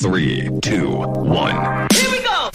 3, 2, 1. Here we go!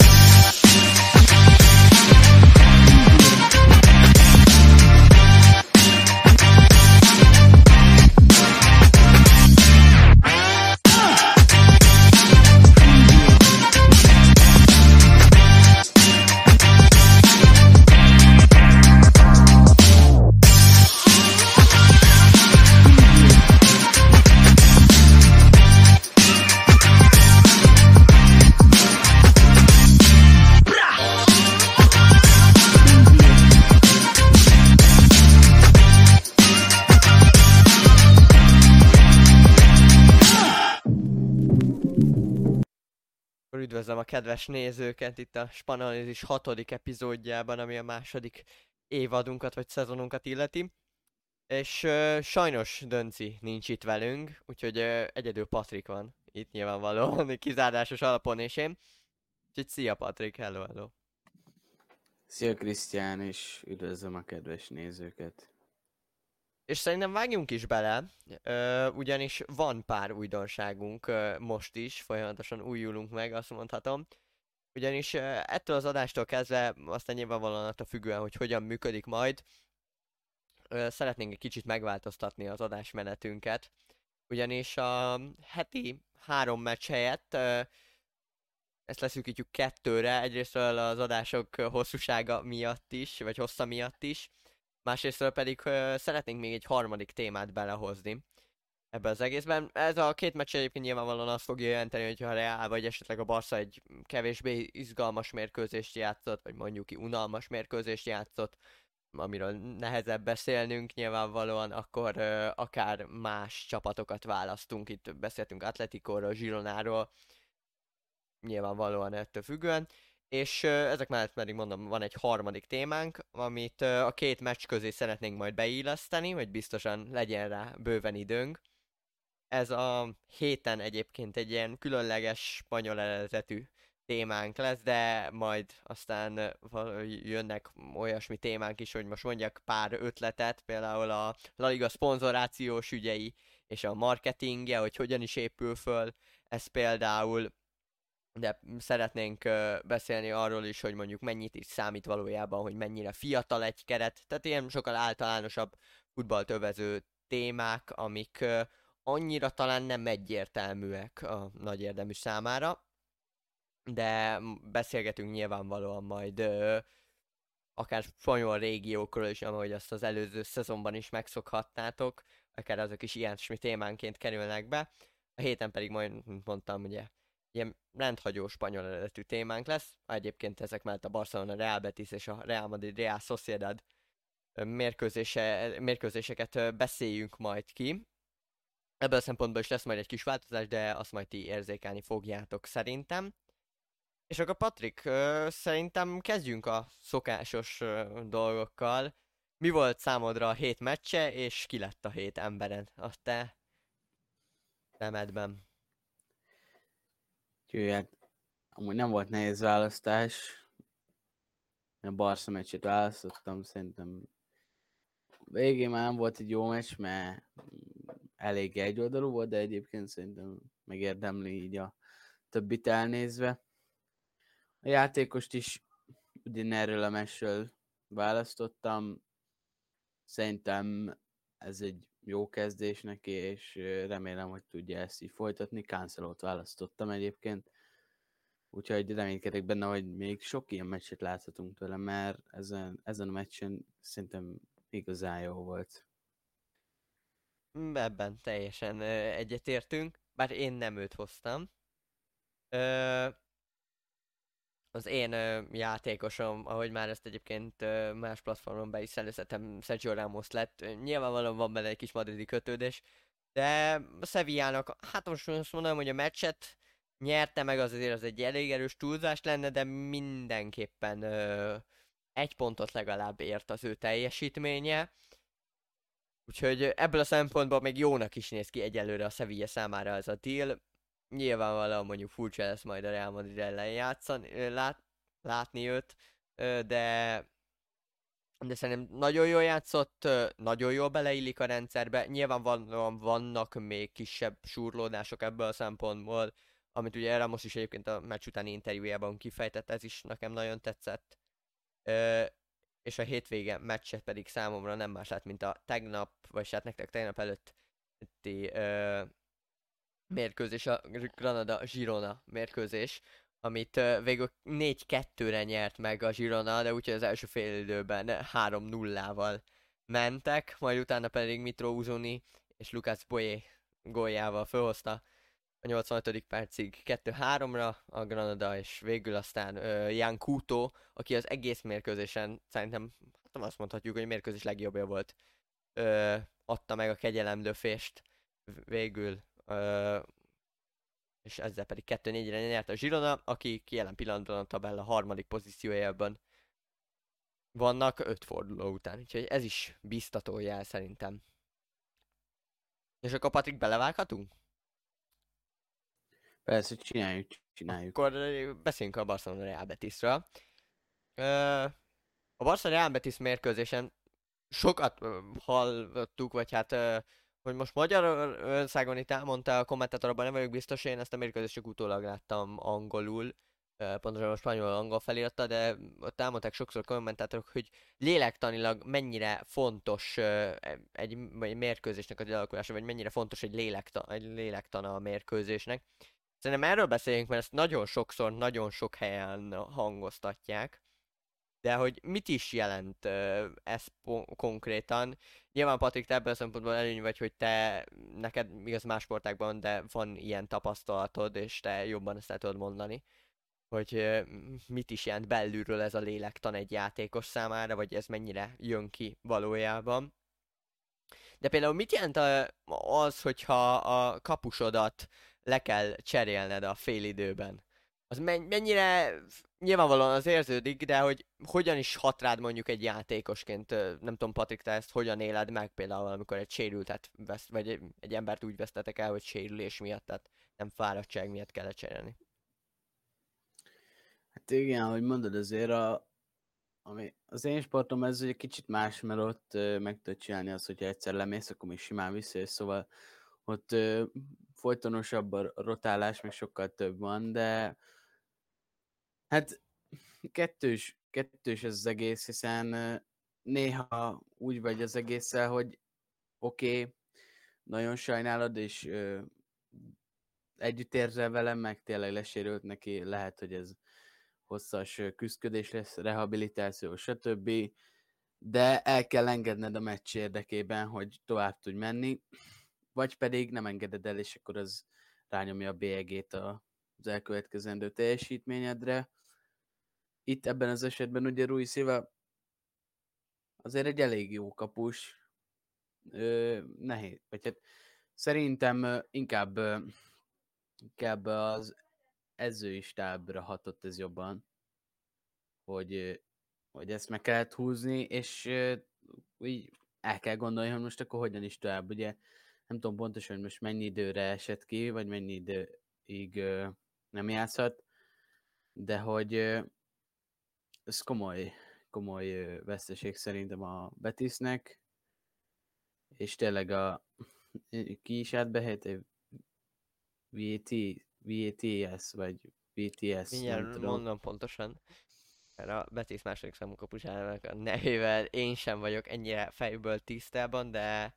Üdvözlöm a kedves nézőket itt a Spanalízis 6. epizódjában, ami a második évadunkat vagy szezonunkat illeti. És sajnos Dönci nincs itt velünk, úgyhogy egyedül Patrik van itt nyilvánvalóan, kizárásos alapon és én. Úgyhogy szia Patrik, hello, hello. Szia Krisztián, és üdvözlöm a kedves nézőket. És szerintem vágjunk is bele, ugyanis van pár újdonságunk most is, folyamatosan újulunk meg, azt mondhatom. Ugyanis ettől az adástól kezdve, aztán nyilvánvalóan attól függően, hogy hogyan működik majd, szeretnénk egy kicsit megváltoztatni az adásmenetünket. Ugyanis a heti 3 meccs helyett ezt leszűkítjük 2-re, egyrésztről az adások hosszúsága miatt is, vagy hossza miatt is. Másrésztről pedig szeretnénk még egy harmadik témát belehozni ebbe az egészben. Ez a 2 meccs egyébként nyilvánvalóan azt fogja jelenteni, hogyha a Real vagy esetleg a Barca egy kevésbé izgalmas mérkőzést játszott, vagy mondjuk ki unalmas mérkőzést játszott, amiről nehezebb beszélnünk nyilvánvalóan, akkor akár más csapatokat választunk. Itt beszéltünk Atleticóról, Gironáról, nyilvánvalóan ettől függően. És ezek mellett pedig mondom, van egy harmadik témánk, amit a 2 meccs közé szeretnénk majd beilleszteni, hogy biztosan legyen rá bőven időnk. Ez a héten egyébként egy ilyen különleges spanyol eredetű témánk lesz, de majd aztán jönnek olyasmi témánk is, hogy most mondjak pár ötletet, például a La Liga szponzorációs ügyei és a marketingje, hogy hogyan is épül föl, ez például. De szeretnénk beszélni arról is, hogy mondjuk mennyit is számít valójában, hogy mennyire fiatal egy keret. Tehát ilyen sokkal általánosabb futballt övező témák, amik annyira talán nem egyértelműek a nagy érdemű számára. De beszélgetünk nyilvánvalóan majd akár spanyol régiókról is, ahogy azt az előző szezonban is megszokhattátok. Akár azok is ilyesmi témánként kerülnek be. A héten pedig majd, mint mondtam, ugye ilyen rendhagyó spanyol eredetű témánk lesz. Egyébként ezek mellett a Barcelona, Real Betis és a Real Madrid, Real Sociedad mérkőzéseket beszéljünk majd ki. Ebből a szempontból is lesz majd egy kis változás, de azt majd ti érzékelni fogjátok szerintem. És akkor Patrik, szerintem kezdjünk a szokásos dolgokkal. Mi volt számodra a 7 meccse, és ki lett a 7 emberen a te szemedben? Úgyhogy hát amúgy nem volt nehéz választás. A Barca meccset választottam, szerintem végén már nem volt egy jó meccs, mert elég egyoldalú volt, de egyébként szerintem megérdemli így a többit elnézve. A játékost is ugyanerről a meccsről választottam. Szerintem ez egy jó kezdés neki, és remélem, hogy tudja ezt így folytatni. Cancelót választottam egyébként, úgyhogy reménykedek benne, hogy még sok ilyen meccset láthatunk tőle, mert ezen a meccsen szerintem igazán jó volt. Ebben teljesen egyetértünk, bár én nem őt hoztam. Az én játékosom, ahogy már ezt egyébként más platformon be is előszedtem, Sergio Ramos lett. Nyilvánvalóan van benne egy kis madridi kötődés, de a Sevillának, hát most azt mondom, hogy a meccset nyerte meg, az azért az egy elég erős túlzás lenne, de mindenképpen 1 pontot legalább ért az ő teljesítménye. Úgyhogy ebből a szempontból még jónak is néz ki egyelőre a Sevilla számára ez a deal. Nyilvánvalóan mondjuk furcsa lesz majd a Real Madrid ellen látni őt, de szerintem nagyon jól játszott, nagyon jól beleillik a rendszerbe. Nyilvánvalóan vannak még kisebb súrlódások ebből a szempontból, amit ugye Ramos is egyébként a meccs utáni interjújában kifejtett, ez is nekem nagyon tetszett. És a hétvége meccset pedig számomra nem más lett, mint a tegnap, vagy hát nektek tegnap előtti mérkőzés, a Granada-Girona mérkőzés, amit végül 4-2-re nyert meg a Girona, de úgyhogy az első fél időben 3-0-val mentek, majd utána pedig Mitro Uzuni és Lucas Boye góljával felhozta a 85. percig 2-3-ra a Granada, és végül aztán Jan Couto, aki az egész mérkőzésen szerintem, hát azt mondhatjuk, hogy a mérkőzés legjobbja volt, adta meg a kegyelemlöfést végül, és ezzel pedig 2-4-re nyert a Girona, aki jelen pillanatban a tabella harmadik pozíciójában vannak 5 forduló után, úgyhogy ez is biztató jel szerintem. És akkor Patrik, belevághatunk? Persze, csináljuk. Akkor beszéljünk a Barcelona Real Betisről. A Barca Real Betis mérkőzésen sokat hallottuk, vagy hát, hogy most Magyarországon itt elmondta a kommentátor, abban nem vagyok biztos, én ezt a mérkőzést csak utólag láttam angolul, pontosan a spanyol-angol feliratta, de ott elmondták sokszor kommentátorok, hogy lélektanilag mennyire fontos egy mérkőzésnek az alakulása, vagy mennyire fontos egy lélektana a mérkőzésnek. Szerintem erről beszéljünk, mert ezt nagyon sokszor, nagyon sok helyen hangoztatják. De hogy mit is jelent ez konkrétan? Nyilván Patrik, te ebből a szempontból előny vagy, hogy neked igaz más sportákban, de van ilyen tapasztalatod, és te jobban ezt el tudod mondani, hogy mit is jelent belülről ez a lélektan egy játékos számára, vagy ez mennyire jön ki valójában. De például mit jelent az, hogyha a kapusodat le kell cserélned a félidőben? Az mennyire nyilvánvalóan az érződik, de hogy hogyan is hat rád mondjuk egy játékosként, nem tudom Patrik, te ezt hogyan éled meg például, amikor egy sérültet vagy egy embert úgy vesztetek el, hogy sérülés miatt, tehát nem fáradtság miatt kell lecserélni. Hát igen, ahogy mondod, azért ami az én sportom ez egy kicsit más, mert ott meg tudod csinálni azt, hogyha egyszer lemész, akkor még simán visszajössz, szóval ott folytonosabb a rotálás, meg sokkal több van, de hát kettős ez az egész, hiszen néha úgy vagy az egésszel, hogy oké, nagyon sajnálod, és együtt érzel velem, meg tényleg lesérült neki, lehet, hogy ez hosszas küzdködés lesz, rehabilitáció, stb. De el kell engedned a meccs érdekében, hogy tovább tudj menni, vagy pedig nem engeded el, és akkor az rányomja a bélyegét az elkövetkezendő teljesítményedre. Itt ebben az esetben ugye Rui Silva azért egy elég jó kapus, nehéz, vagy hát szerintem inkább az edzői stábra hatott ez jobban, hogy ezt meg kellett húzni, és úgy el kell gondolni, hogy most akkor hogyan is tovább. Ugye nem tudom pontosan, hogy most mennyi időre esett ki, vagy mennyi időig nem játszhat, de hogy ez komoly veszteség szerintem a Betisnek, és tényleg ki is állt be helyett, VTS, vagy VTS, nem Mindjárt tudom. mondom pontosan, mert a Betis második számú kapusának a nevével én sem vagyok ennyire fejből tisztában, de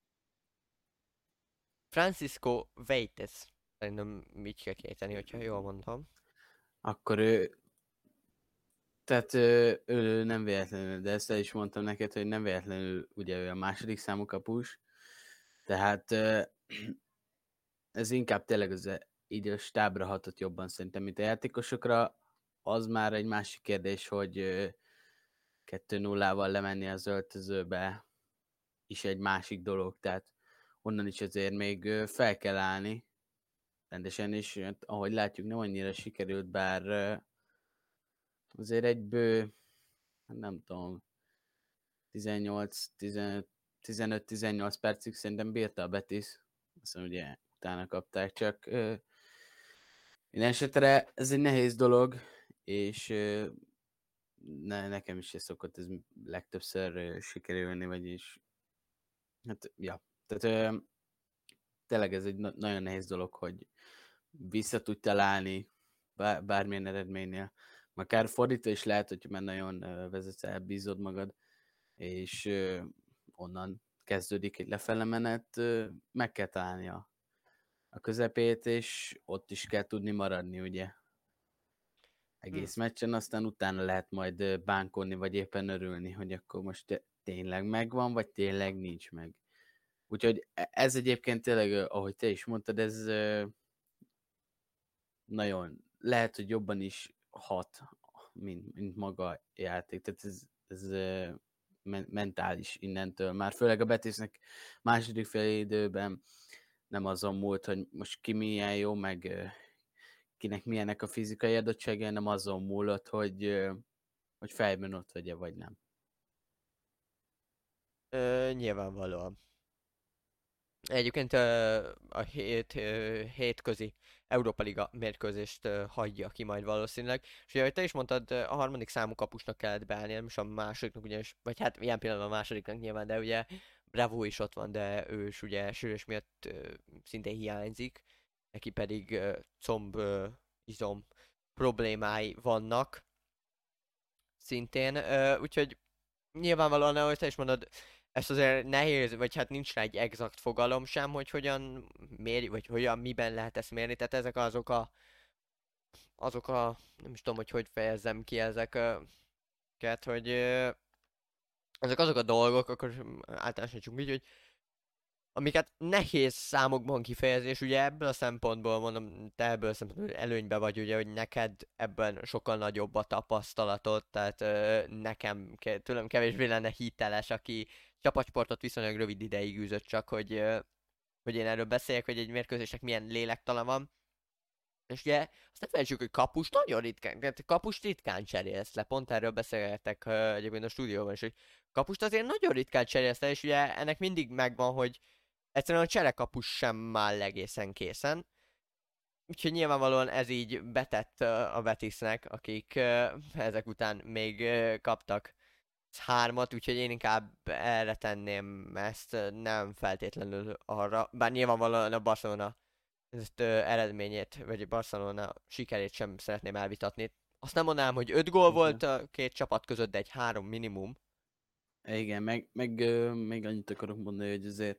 Francisco Veites, szerintem így kell kiejteni, hogyha jól mondom. Akkor ő nem véletlenül, de ezt el is mondtam neked, hogy nem véletlenül ugye ő a második számú kapus, tehát ez inkább tényleg így a stábra hatott jobban szerintem, mint a játékosokra. Az már egy másik kérdés, hogy 2-0-val lemenni az öltözőbe is egy másik dolog, tehát onnan is azért még fel kell állni rendesen, és hát, ahogy látjuk, nem annyira sikerült, bár azért egy bő, nem tudom, 15-18 percig szerintem bírta a Betis, aztán ugye utána kapták, csak minden esetre ez egy nehéz dolog, és nekem is ez szokott ez legtöbbször sikerülni, vagyis hát, ja, tehát tényleg ez egy nagyon nehéz dolog, hogy vissza tud találni bármilyen eredménynél. Akár fordítva is lehet, hogy már nagyon vezetsz el, bízod magad, és onnan kezdődik egy lefele menet, meg kell találni a közepét, és ott is kell tudni maradni, ugye? Egész meccsen, aztán utána lehet majd bánkodni, vagy éppen örülni, hogy akkor most tényleg megvan, vagy tényleg nincs meg. Úgyhogy ez egyébként tényleg, ahogy te is mondtad, ez nagyon, lehet, hogy jobban is hat, mint maga a játék. Tehát ez mentális innentől. Már főleg a Betisnek második fél időben nem azon múlt, hogy most ki milyen jó, meg kinek milyenek a fizikai adottságai, nem azon múlott, hogy fejben ott vegye, vagy nem. Nyilvánvalóan. Egyébként a hétközi Európa Liga mérkőzést hagyja ki majd valószínűleg. És ugye, ahogy te is mondtad, a harmadik számú kapusnak kellett beállni, nem is a másodiknak ugyanis, vagy hát ilyen pillanatban a másodiknak nyilván, de ugye Bravo is ott van, de ő is ugye sérülés miatt szintén hiányzik. Neki pedig izom problémái vannak szintén, úgyhogy nyilvánvalóan, ahogy te is mondod, ezt azért nehéz, vagy hát nincs rá egy exakt fogalom sem, hogy hogyan méri, vagy hogyan, miben lehet ezt mérni, tehát ezek azok a, nem is tudom, hogy fejezzem ki ezeket, hogy ezek azok a dolgok, akkor általánosan csak így, hogy amiket nehéz számokban kifejezni, és ugye ebből a szempontból mondom, te ebből a szempontból előnybe vagy, ugye, hogy neked ebben sokkal nagyobb a tapasztalatod, tehát nekem tőlem kevésbé lenne hiteles, aki csapatsportot viszonylag rövid ideig űzött csak, hogy én erről beszéljek, hogy egy mérkőzésnek milyen lélektala van. És ugye azt ne felejtsük, hogy kapust nagyon ritkán, tehát kapust ritkán cserélsz le, pont erről beszélgetek egyébként a stúdióban is, hogy kapust azért nagyon ritkán cserélsz le, és ugye ennek mindig megvan, hogy egyszerűen a cserekapus sem áll egészen készen. Úgyhogy nyilvánvalóan ez így betett a Betisnek, akik ezek után még kaptak hármat, úgyhogy én inkább erre tenném ezt, nem feltétlenül arra, bár nyilvánvalóan a Barcelona ezt, eredményét, vagy a Barcelona sikerét sem szeretném elvitatni. Azt nem mondanám, hogy 5 gól volt a két csapat között, de egy 3 minimum. Igen, meg még annyit akarok mondani, hogy azért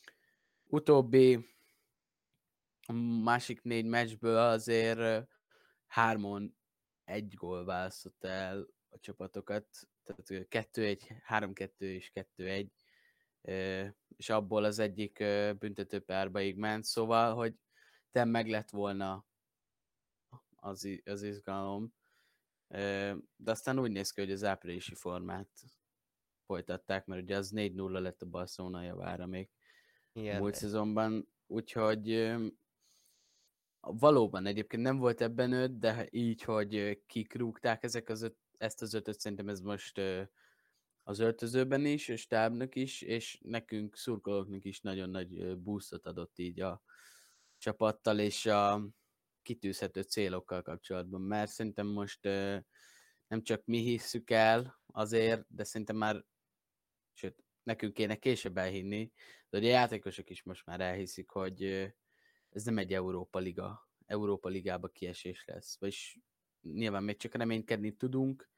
utóbbi a másik 4 meccsből azért 3-on 1 gól választott el a csapatokat, tehát 2-1, 3-2 és 2-1, és abból az egyik büntetőpárbaig ment, szóval, hogy meg lett volna az izgalom, de aztán úgy néz ki, hogy az áprilisi formát folytatták, mert ugye az 4-0 lett a Barcelona javára még Igen. múlt szezonban, úgyhogy valóban egyébként nem volt ebben 5, de így, hogy kikrúgták ezt az 5-öt, szerintem ez most az öltözőben is, és stábnak is, és nekünk szurkolóknak is nagyon nagy boostot adott így a csapattal, és a kitűzhető célokkal kapcsolatban, mert szerintem most nem csak mi hisszük el azért, de szerintem már, sőt, nekünk kéne később elhinni, de ugye a játékosok is most már elhiszik, hogy ez nem egy Európa Ligába kiesés lesz, vagyis nyilván még csak reménykedni tudunk,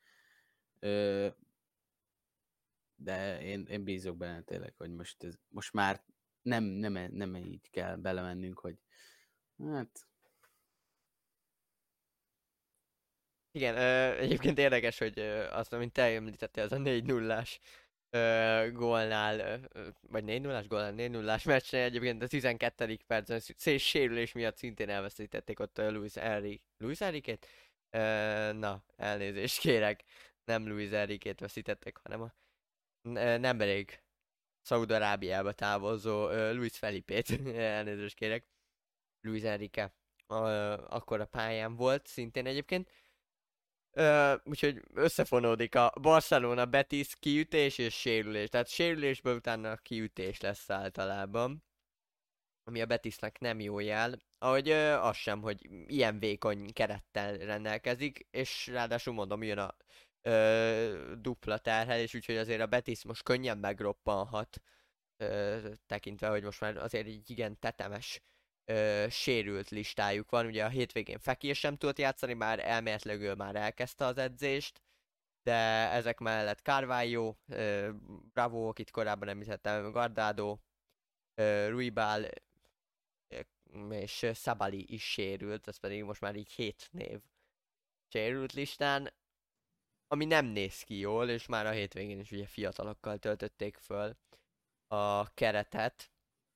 de én bízok benne tényleg, hogy most már nem így kell belemennünk, hogy hát... Igen, egyébként érdekes, hogy azt, amit te említettél, az a 4-0-ás gólnál, vagy 4-0-ás gólnál, 4-0-ás meccsnél egyébként a 12. percben sérülés miatt szintén elveszítették ott Luis Enrique-t? Na, elnézést kérek, nem Luis Enrique-t veszítettek, hanem a nemrég Szaúd-Arábiába távozó Luis Felipét, elnézést kérek, Luis Enrique akkor a pályán volt szintén egyébként. Úgyhogy összefonódik a Barcelona Betis kiütés és sérülés. Tehát sérülésből utána kiütés lesz általában. Ami a Betisnek nem jó jel. Ahogy az sem, hogy ilyen vékony kerettel rendelkezik. És ráadásul mondom, jön a dupla terhelés, úgyhogy azért a Betis most könnyen megroppanhat. Tekintve, hogy most már azért így igen tetemes sérült listájuk van. Ugye a hétvégén Fekir sem tudott játszani, már elméletileg ő már elkezdte az edzést, de ezek mellett Carvalho, Bravo, akit korábban említettem, Guardado, Ruibal és Szabali is sérült, ez pedig most már így 7 név sérült listán, ami nem néz ki jól, és már a hétvégén is ugye fiatalokkal töltötték föl a keretet.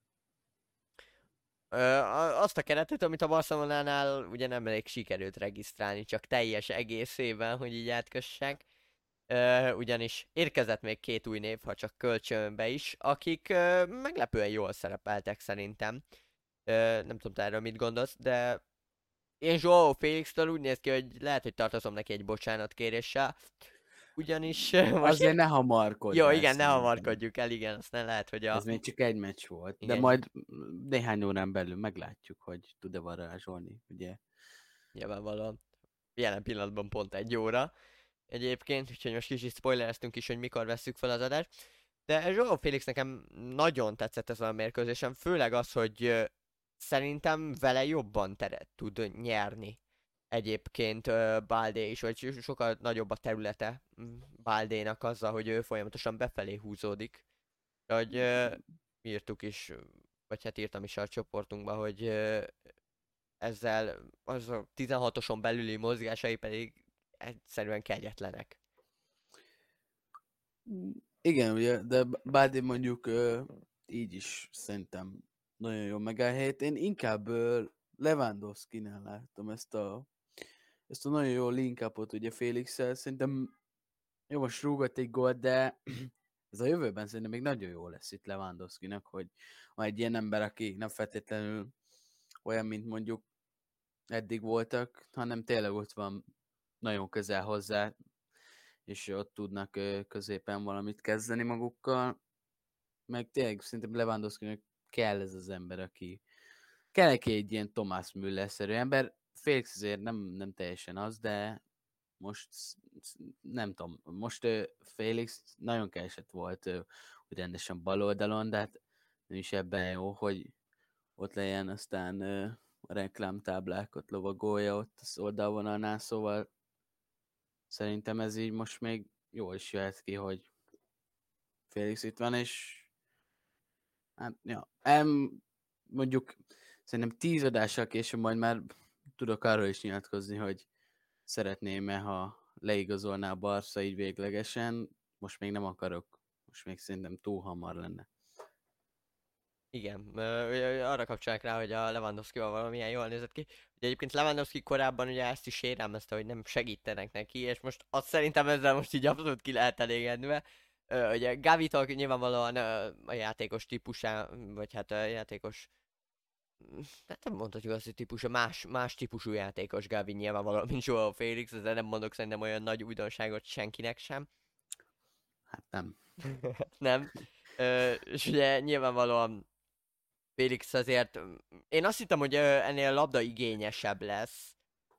Azt a keretet, amit a Barcelonánál ugye nem elég sikerült regisztrálni, csak teljes egészében, hogy így átkössek. Ugyanis érkezett még 2 új név, ha csak kölcsönbe is, akik meglepően jól szerepeltek szerintem. Nem tudom, te erről mit gondolsz, de én Joao Félixtől úgy néz ki, hogy lehet, hogy tartozom neki egy bocsánatkéréssel. Ugyanis most... Azért ne hamarkodj. Jó, igen, ne hamarkodjuk el, igen, aztán lehet, hogy Ez még csak egy meccs volt, igen. De majd néhány órán belül meglátjuk, hogy tud-e varázsolni, ugye? Nyilvánvalóan. Jelen pillanatban pont 1 óra. Egyébként, úgyhogy most kicsit spoilereztünk is, hogy mikor vesszük fel az adást. De Joao Félix nekem nagyon tetszett ez a mérkőzésem, főleg az, hogy szerintem vele jobban teret tud nyerni. Egyébként Baldé is, vagy sokkal nagyobb a területe Baldénak azzal, hogy ő folyamatosan befelé húzódik. Hogy írtuk is, vagy hát írtam is a csoportunkba, hogy ezzel az a 16-oson belüli mozgásai pedig egyszerűen kegyetlenek. Igen, ugye, de Bádé mondjuk így is szerintem nagyon jól megáll helyét. Én inkább Lewandowski-nál láttam ezt a nagyon jó link-upot ugye Félix-szel. Szerintem jó, most rúgott egy gólt, de ez a jövőben szerintem még nagyon jó lesz itt Lewandowski-nak, hogy van egy ilyen ember, aki nem feltétlenül olyan, mint mondjuk eddig voltak, hanem tényleg ott van nagyon közel hozzá, és ott tudnak középen valamit kezdeni magukkal. Meg tényleg szerintem Lewandowski-nak kell ez az ember, aki kell neki egy ilyen Thomas Müller-szerű ember. Félix azért nem teljesen az, de most nem tudom, most Félix nagyon keresett volt hogy rendesen bal oldalon, de hát nem is ebben jó, hogy ott legyen, aztán a reklámtáblákat lovagolja ott az oldalvonalnál, szóval szerintem ez így most még jól is jöhet ki, hogy Félix itt van, és hát, ja, mondjuk szerintem 10 adással később majd már tudok arról is nyilatkozni, hogy szeretném-e, ha leigazolná a Barca így véglegesen, most még nem akarok, most még szerintem túl hamar lenne. Igen, arra kapcsolják rá, hogy a Lewandowski-val valamilyen jól nézett ki. Ugye egyébként Lewandowski korábban ugye ezt is sérelmezte, hogy nem segítenek neki, és most azt szerintem ezzel most így abszolút ki lehet elégedve. Ugye Gavitól nyilvánvalóan a játékos típusá, vagy hát a játékos, hát nem mondhatjuk azt, hogy típusa, más típusú játékos Gavi nyilvánvalóan, mint Joao Félix, ezzel nem mondok szerintem olyan nagy újdonságot senkinek sem. Hát nem. Nem. És ugye nyilvánvalóan Félix azért, én azt hittem, hogy ennél labda igényesebb lesz,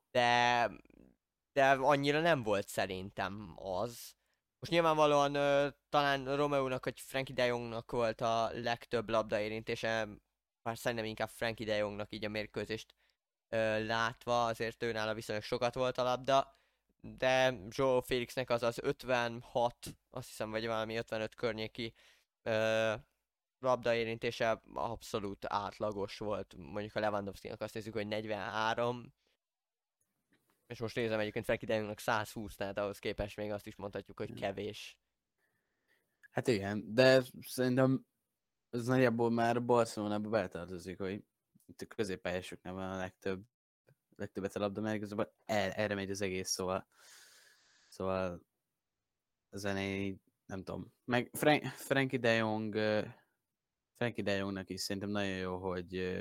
de annyira nem volt szerintem az. Most nyilvánvalóan talán Romeónak vagy Frenkie de Jongnak volt a legtöbb labdaérintése, bár szerintem inkább Frenkie de Jongnak így a mérkőzést látva, azért őnála viszonylag sokat volt a labda, de Joao Félixnek az az 56, azt hiszem, vagy valami 55 környéki labdaérintése abszolút átlagos volt. Mondjuk a Lewandowski-nak azt nézzük, hogy 43, és most nézem egyébként Frenkie de Jongnak 120, tehát ahhoz képest még azt is mondhatjuk, hogy kevés. Hát igen, de szerintem ez nagyjából már a Barcelonába beletartozik, hogy itt a középpályásoknál van a legtöbbet a labda, mert igazából erre megy az egész, szóval ezen én nem tudom. Meg Frenkie de Jongnak is szerintem nagyon jó, hogy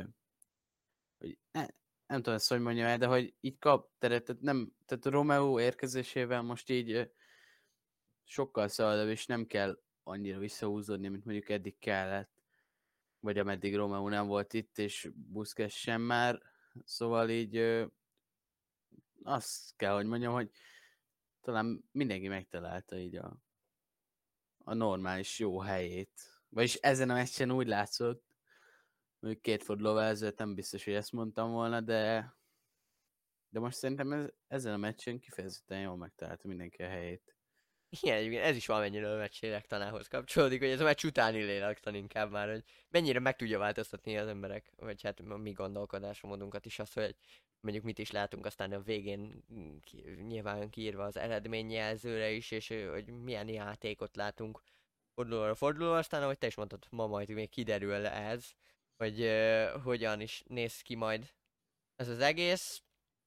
nem tudom ezt, hogy mondjam el, de hogy így kap teret, tehát a Romeo érkezésével most így sokkal szabadabb, és nem kell annyira visszahúzódni, mint mondjuk eddig kellett, vagy ameddig Romeo nem volt itt, és Busquets sem már, szóval így azt kell, hogy mondjam, hogy talán mindenki megtalálta így a normális jó helyét. Vagyis ezen a meccsen úgy látszott, Mondjuk 2 fordulóval ezelőtt nem biztos, hogy ezt mondtam volna, de most szerintem ezen a meccsen kifejezetten jól megtalálta mindenki a helyét. Igen, egyébként ez is valamennyire a meccs lélektanához kapcsolódik, hogy ez a meccs utáni lélektan inkább már, hogy mennyire meg tudja változtatni az emberek, vagy hát a mi gondolkodásmódunkat is, az, hogy mondjuk mit is látunk aztán a végén nyilván kiírva az eredményjelzőre is, és hogy milyen játékot látunk fordulóra, aztán ahogy te is mondtad, ma majd még kiderül ez, hogy hogyan is néz ki majd ez az egész.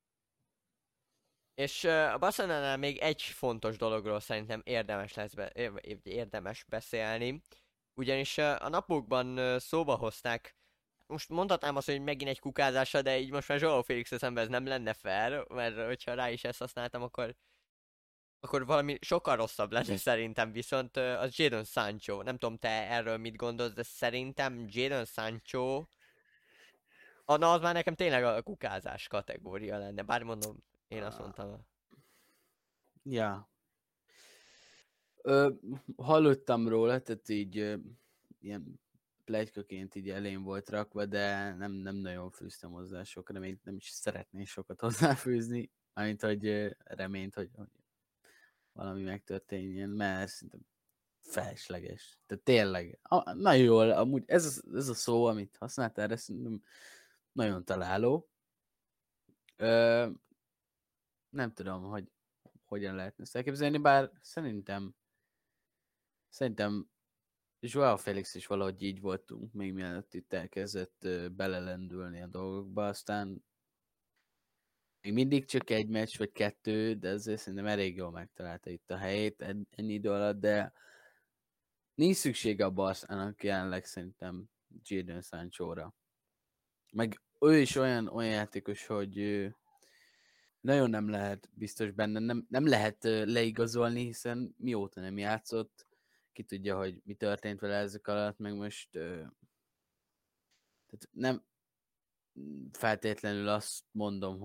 És a Barcelonánál még egy fontos dologról szerintem érdemes beszélni, ugyanis a napokban szóba hozták, most mondhatnám azt, hogy megint egy kukázása, de így most már Joao Félix szemben ez nem lenne fair, mert hogyha rá is ezt használtam, akkor valami sokkal rosszabb lenne szerintem, viszont az Jadon Sancho, nem tudom te erről mit gondolsz, de szerintem Jadon Sancho, na az már nekem tényleg a kukázás kategória lenne, bár mondom, én azt mondtam. Ja. Hallottam róla, tehát így ilyen pletykaként így elén volt rakva, de nem nagyon fűztem hozzá sok reményt, nem is szeretnék sokat hozzáfűzni, mármint hogy reményt, hogy valami megtörténjen, mert szerintem felesleges. Tehát tényleg, nagyon jól, amúgy ez a szó, amit használtál, erre szerintem nagyon találó. Nem tudom, hogy hogyan lehetne ezt elképzelni, bár szerintem Joao Felix is valahogy így voltunk, még mielőtt itt elkezdett belelendülni a dolgokba, aztán még mindig csak egy meccs vagy 2, de azért szerintem elég jól megtalálta itt a helyét ennyi idő alatt, de nincs szüksége a Barszának jelenleg szerintem Jadon Sancho-ra. Meg ő is olyan játékos, hogy nagyon nem lehet biztos benne, nem lehet leigazolni, hiszen mióta nem játszott, ki tudja, hogy mi történt vele ezek alatt, meg most tehát nem feltétlenül azt mondom,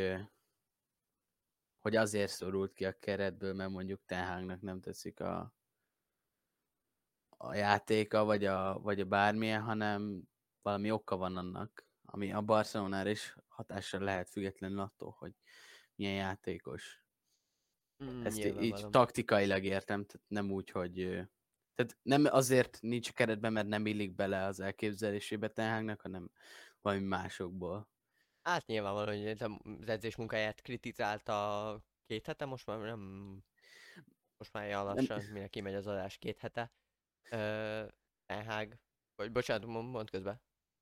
hogy azért szorult ki a keretből, mert mondjuk Ten Hagnak nem tetszik a játéka, vagy a bármilyen, hanem valami oka van annak, ami a Barcelonára is hatással lehet függetlenül attól, hogy milyen játékos. Ezt így taktikailag értem, tehát nem úgy, hogy tehát nem azért nincs a keretben, mert nem illik bele az elképzelésébe Ten Hagnak, hanem valami másokból. Hát nyilvánvaló, hogy az edzés munkáját kritizálta 2 hete, most már nem... Most már ilyen lassan, mire kimegy az adás 2 hete. Ten Hag... Vagy bocsánat, mondd közben.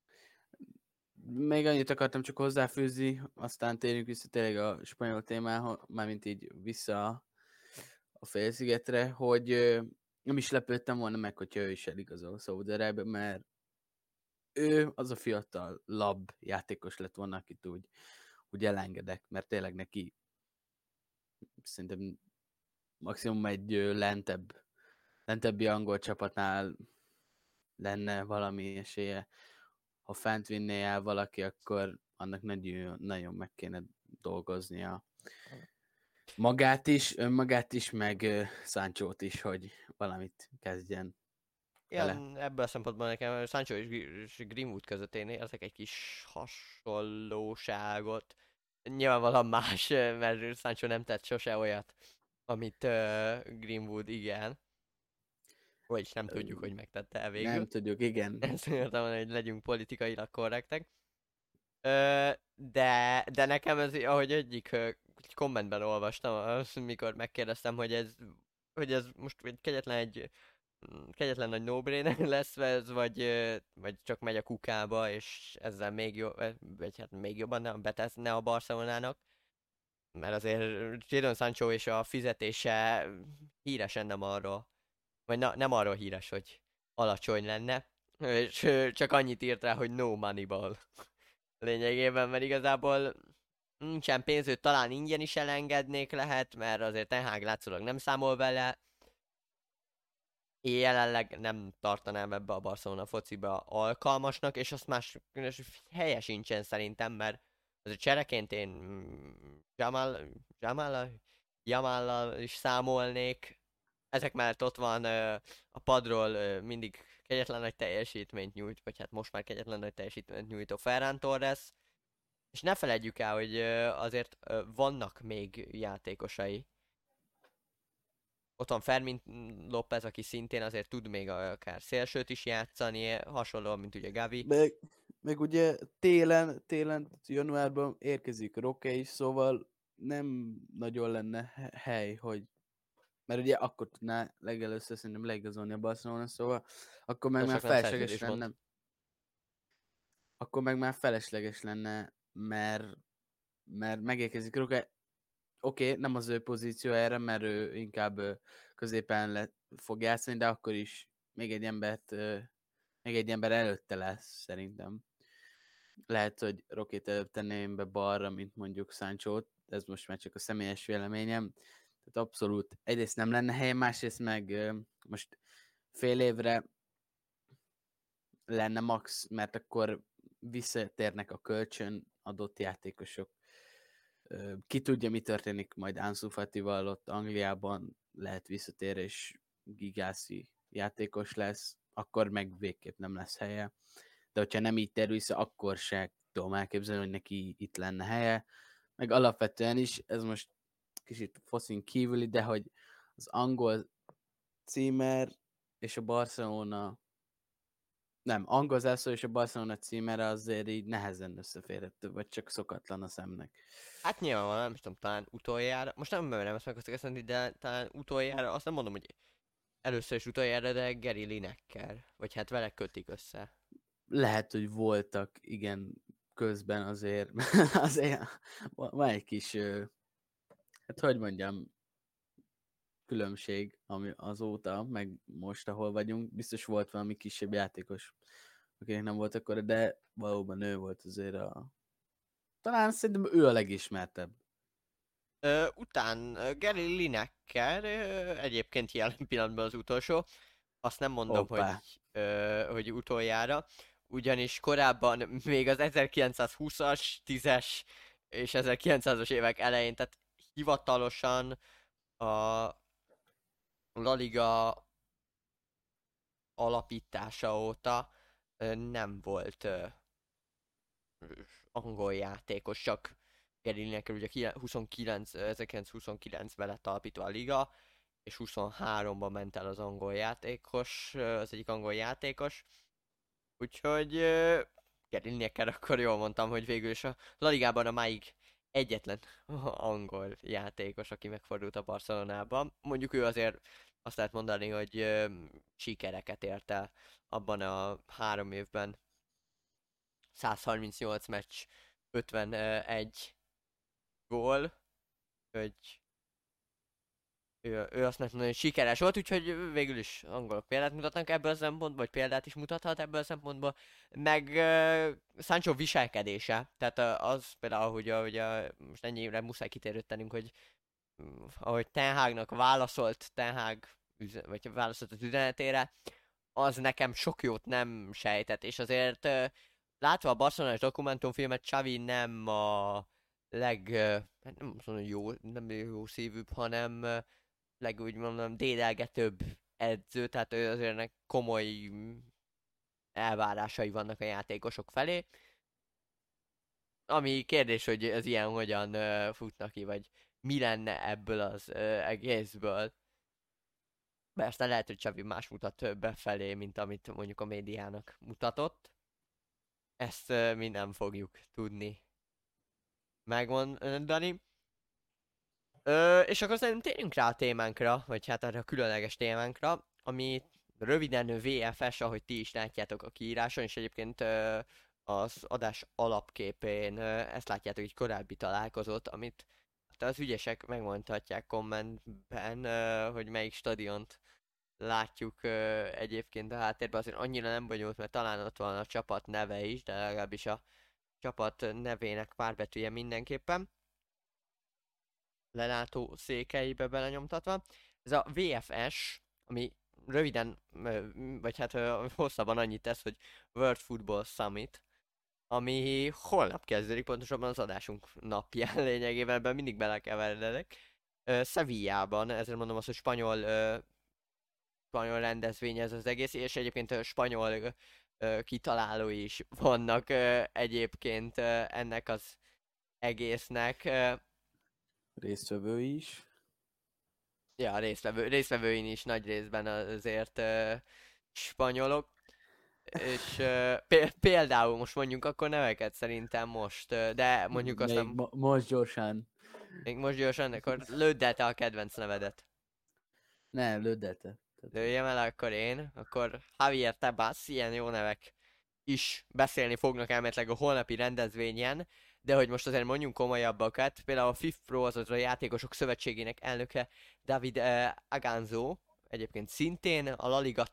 Még annyit akartam csak hozzáfűzni, aztán térjünk vissza tényleg a spanyol témához, mármint így vissza a félszigetre, hogy nem is lepődtem volna meg, hogyha ő is eligazol Szaúd-Arábiába, mert ő az a fiatal lab játékos lett volna, akit úgy elengedek, mert tényleg neki szerintem maximum egy lentebbi angol csapatnál lenne valami esélye. Ha fent vinné el valaki, akkor annak nagyon meg kéne dolgoznia önmagát is, meg Sanchót is, hogy valamit kezdjen. Igen, ebből a szempontból nekem Sancho és Greenwood között én érzek egy kis hasonlóságot. Nyilvánvalóan más, mert Sancho nem tett sose olyat, amit Greenwood igen. Vagyis nem tudjuk, hogy megtette végül. Nem tudjuk, igen. Ezt mondtam, hogy legyünk politikailag korrektek. De nekem ez, ahogy egyik kommentben olvastam, mikor megkérdeztem, hogy ez most egy kegyetlen nagy no-brainer lesz ez, vagy csak megy a kukába, és ezzel még jobban beteszne a Barcelonának. Mert azért Jadon Sancho és a fizetése híresen nem arról, vagy nem arról híres, hogy alacsony lenne, és csak annyit írt rá, hogy no money ball. Lényegében, mert igazából nincsen pénz, őt talán ingyen is elengednék lehet, mert azért Ten Hag látszólag nem számol vele. Én jelenleg nem tartanám ebbe a Barcelona fociba alkalmasnak, és azt más helye sincsen szerintem, mert az a csereként én Jamallal is számolnék. Ezek mellett ott van a padról mindig kegyetlen nagy teljesítményt nyújt, vagy hát most már kegyetlen nagy teljesítményt nyújtó Ferran Torres. És ne feledjük el, hogy azért vannak még játékosai. Ott van Fermin López, aki szintén azért tud még akár szélsőt is játszani, hasonlóan, mint ugye Gavi. Meg ugye télen, januárban érkezik Roque is, szóval nem nagyon lenne hely, hogy mert ugye akkor tudná legelőször szerintem leigazolni a Barcelona, szóval akkor meg már Csak nem felesleges szerződésbont. lenne. Akkor meg már felesleges lenne, mert megérkezik Roque. Oké, nem az ő pozíció erre, mert ő inkább középen fog játszani, de akkor is még egy ember előtte lesz, szerintem. Lehet, hogy Rocket előbb tenném be balra, mint mondjuk Sanchót, ez most már csak a személyes véleményem. Tehát abszolút egyrészt nem lenne helye, másrészt meg most fél évre lenne max, mert akkor visszatérnek a kölcsön adott játékosok. Ki tudja, mi történik majd Ansu Fatival ott Angliában, lehet visszatér és gigászi játékos lesz, akkor meg végképp nem lesz helye. De hogyha nem így tér vissza, akkor se tudom elképzelni, hogy neki itt lenne helye. Meg alapvetően is, ez most kicsit foszin kívüli, de hogy az angol címer és a Barcelona angol zászló és a Barcelona címere azért így nehezen összeférhető, vagy csak szokatlan a szemnek. Hát nyilvánvalóan, nem is tudom, talán utoljára, most nem merem ezt megkockáztatni, de talán utoljára, azt nem mondom, hogy először is utoljára, de Gary Lineker, vagy hát vele kötik össze. Lehet, hogy voltak, igen, közben azért van egy kis, hát hogy mondjam, különbség ami azóta, meg most, ahol vagyunk. Biztos volt valami kisebb játékos, akinek nem volt akkor, de valóban ő volt azért talán szerintem ő a legismertebb. Gary Lineker egyébként jelen pillanatban az utolsó. Azt nem mondom, hogy utoljára. Ugyanis korábban még az 1920-as, 10-es és 1900-as évek elején, tehát hivatalosan a La Liga alapítása óta nem volt angol játékos, csak Gary Lineker ugye 1929-ben lett alapítva a liga, és 23-ban ment el az angol játékos, az egyik angol játékos. Úgyhogy Gary Lineker, akkor jól mondtam, hogy végül is a La Ligában a máig egyetlen angol játékos, aki megfordult a Barcelonában. Mondjuk ő azért azt lehet mondani, hogy sikereket ért el abban a 3 évben. 138 meccs, 51 gól, hogy ő azt mondta, hogy sikeres volt, úgyhogy végül is angolok példát mutatnak ebből a szempontból, vagy példát is mutathat ebből a szempontból, meg Sancho viselkedése, tehát az például, hogy most ennyire muszáj kitérőtenünk, hogy ahogy Ten Hagnak válaszolt Ten Hag, vagy válaszolt az üzenetére, az nekem sok jót nem sejtett, és azért látva a barcelonás dokumentumfilmet, Xavi nem a hát nem azt mondom, nem jó szívűbb, hanem úgy mondom, dédelgetőbb edző, tehát ő azért komoly elvárásai vannak a játékosok felé. Ami kérdés, hogy ez ilyen hogyan futnak ki, vagy mi lenne ebből az egészből. Persze lehet, hogy Xavi más mutat befelé, mint amit mondjuk a médiának mutatott. Ezt mi nem fogjuk tudni megmondani. És akkor szerintem térjünk rá a témánkra, vagy hát arra a különleges témánkra, ami röviden VFS, ahogy ti is látjátok a kiíráson, és egyébként az adás alapképén ezt látjátok egy korábbi találkozót, amit az ügyesek megmondhatják kommentben, hogy melyik stadiont látjuk egyébként a háttérben, azért annyira nem bonyolult, mert talán ott van a csapat neve is, de legalábbis a csapat nevének párbetűje mindenképpen lelátó székeibe belenyomtatva. Ez a VFS, ami röviden, vagy hát hosszabban annyit tesz, hogy World Football Summit, ami holnap kezdődik, pontosabban az adásunk napján lényegében, ebben mindig belekeveredek. Sevillában, ezért mondom azt, hogy spanyol spanyol rendezvény ez az egész, és egyébként a spanyol kitalálói is vannak egyébként ennek az egésznek. Résztvevői is. Ja, résztvevőin is nagy részben azért spanyolok. És például most mondjuk akkor neveket szerintem most, de mondjuk aztán Most gyorsan. még most gyorsan, akkor lőd el te a kedvenc nevedet. Ne, lőd el te. Lőjem el akkor én, akkor Javier Tebas, ilyen jó nevek is beszélni fognak elméletileg a holnapi rendezvényen, de hogy most azért mondjunk komolyabbakat, például a FIF Pro, azaz a Játékosok Szövetségének elnöke David Aganzo, egyébként szintén a La Liga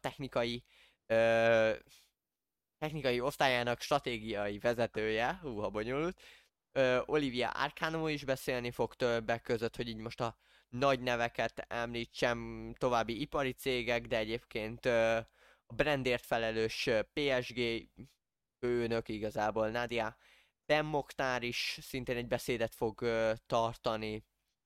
technikai osztályának stratégiai vezetője, ha bonyolult. Olivia Arcano is beszélni fog többek között, hogy így most a nagy neveket említsem, további ipari cégek, de egyébként a brandért felelős PSG főnök igazából Nadia Ben Mokhtar is szintén egy beszédet fog tartani.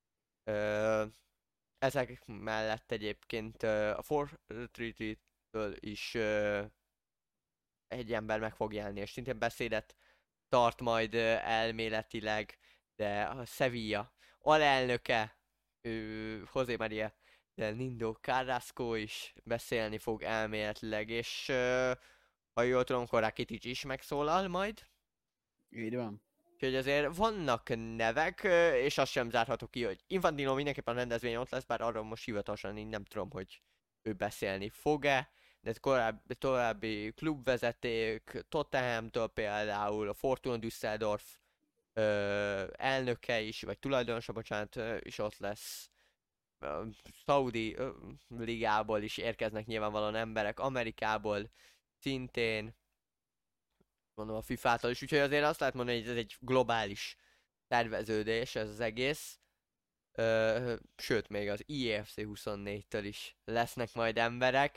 Ezek mellett egyébként a 433-től is egy ember meg fog jelenni, és szintén beszédet tart majd elméletileg, de a Sevilla alelnöke, José María del Nido Carrasco is beszélni fog elméletileg, és ha jól tudom, akkor Rakitic is megszólal majd. Így van. Úgyhogy azért vannak nevek, és azt sem zárható ki, hogy Infantino mindenképpen a rendezvény ott lesz, bár arról most hivatalosan én nem tudom, hogy ő beszélni fog-e, de további klubvezetők, Tottenhamtől például, a Fortuna Düsseldorf elnöke is, vagy tulajdonosa, bocsánat, is ott lesz. Saudi ligából is érkeznek nyilvánvalóan emberek, Amerikából szintén, mondom a FIFA-tól is, úgyhogy azért azt lehet mondani, hogy ez egy globális szerveződés ez az egész. Sőt, még az IFC 24-től is lesznek majd emberek.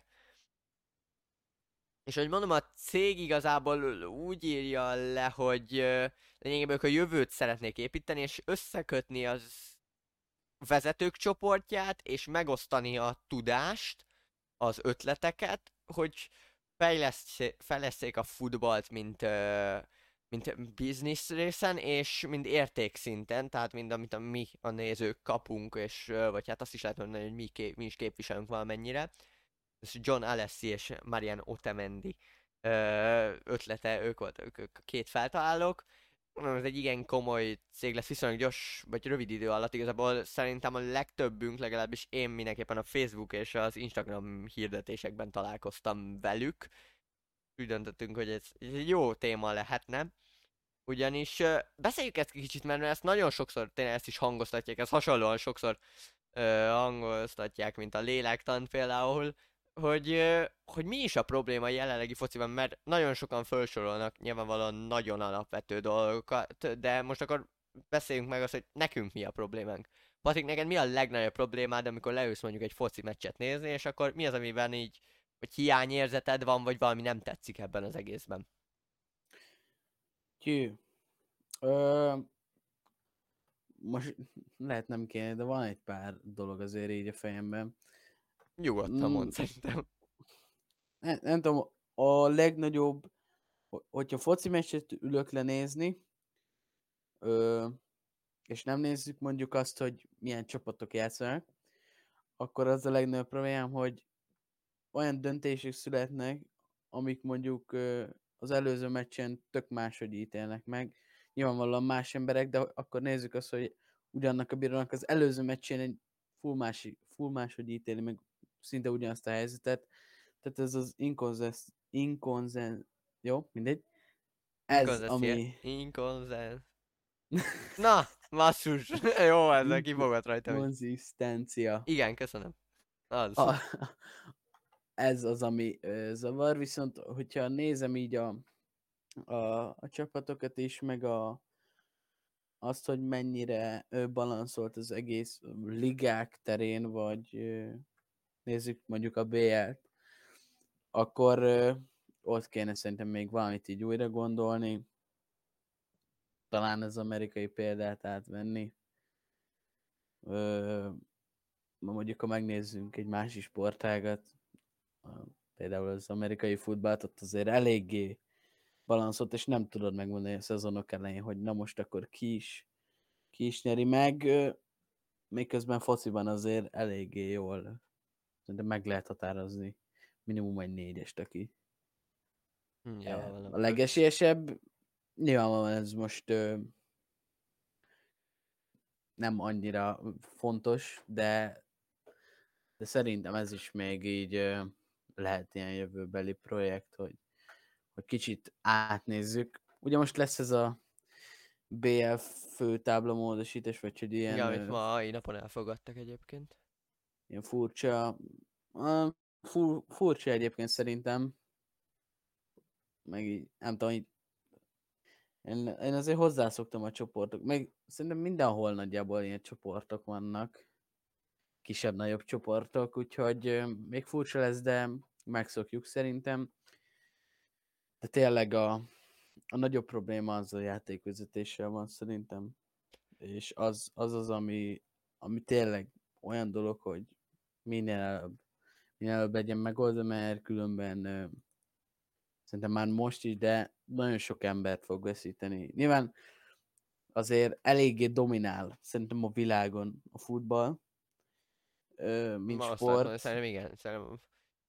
És hogy mondom, a cég igazából úgy írja le, hogy lényegében a jövőt szeretnék építeni, és összekötni az vezetők csoportját, és megosztani a tudást, az ötleteket, hogy fejleszték a futballt, mint business részen, és mind értékszinten, tehát mind amit mi a nézők kapunk, és vagy hát azt is lehet mondani, hogy mi is képviselünk valamennyire. Ez John Alessi és Marian Otamendi ötlete, ők voltak a két feltalálók. Ez egy igen komoly cég lesz, viszonylag gyors, vagy rövid idő alatt igazából szerintem a legtöbbünk, legalábbis én mindenképpen a Facebook és az Instagram hirdetésekben találkoztam velük. Úgy döntöttünk, hogy ez egy jó téma lehetne. Ugyanis beszéljük ezt kicsit, mert ezt nagyon sokszor, tényleg ezt is hangoztatják, ezt hasonlóan sokszor hangoztatják, mint a lélektan például, hogy mi is a probléma a jelenlegi fociban, mert nagyon sokan felsorolnak nyilvánvalóan nagyon alapvető dolgokat, de most akkor beszéljünk meg azt, hogy nekünk mi a problémánk. Patrik, neked mi a legnagyobb problémád, amikor leülsz mondjuk egy foci meccset nézni, és akkor mi az, amiben így, hogy hiányérzeted van, vagy valami nem tetszik ebben az egészben? Most lehet nem kéne, de van egy pár dolog azért így a fejemben. Nyugodtan mondd szerintem. Nem tudom, a legnagyobb, hogyha foci meccset ülök lenézni, és nem nézzük mondjuk azt, hogy milyen csapatok játszanak, akkor az a legnagyobb problémám, hogy olyan döntések születnek, amik mondjuk az előző meccsen tök máshogy ítélnek meg. Nyilvánvalóan más emberek, de akkor nézzük azt, hogy ugyannak a bírónak az előző meccsén egy full máshogy ítéli meg szinte ugyanazt a helyzetet. Tehát ez az jó, mindegy. Ez, ami... Na, basszus, jó, ezzel kifogott rajta. Konzisztencia. Igen, köszönöm. Az. Ez az, ami zavar, viszont hogyha nézem így a csapatokat is, meg azt, hogy mennyire balanszolt az egész ligák terén, vagy nézzük mondjuk a BL-t, akkor ott kéne szerintem még valamit így újra gondolni, talán az amerikai példát átvenni. Mondjuk, ha megnézzünk egy másik sportágat, például az amerikai futballt, ott azért eléggé balanszott, és nem tudod megmondani a szezonok elején, hogy na most akkor ki is nyeri meg, miközben fociban azért eléggé jól de meg lehet határozni minimum egy négyest, aki Nyilvánvalóan. a legesélyesebb. Nyilvánvalóan ez most nem annyira fontos, de szerintem ez is még így lehet ilyen jövőbeli projekt, hogy kicsit átnézzük. Ugye most lesz ez a BF főtáblamódosítás, vagy hogy Igen, amit ilyen, mai napon elfogadtak egyébként. ilyen furcsa, furcsa egyébként szerintem, meg így, nem tudom, így én azért hozzászoktam a csoportok, meg szerintem mindenhol nagyjából ilyen csoportok vannak, kisebb-nagyobb csoportok, úgyhogy még furcsa lesz, de megszokjuk szerintem. De tényleg a nagyobb probléma az a játékvezetéssel van szerintem, és az, ami tényleg olyan dolog, hogy minél előbb legyen megoldva, mert különben szerintem már most is, de nagyon sok embert fog veszíteni. Nyilván azért eléggé dominál szerintem a világon a futball, mint Ma azt lehet mondani, sport, szerintem igen, szerintem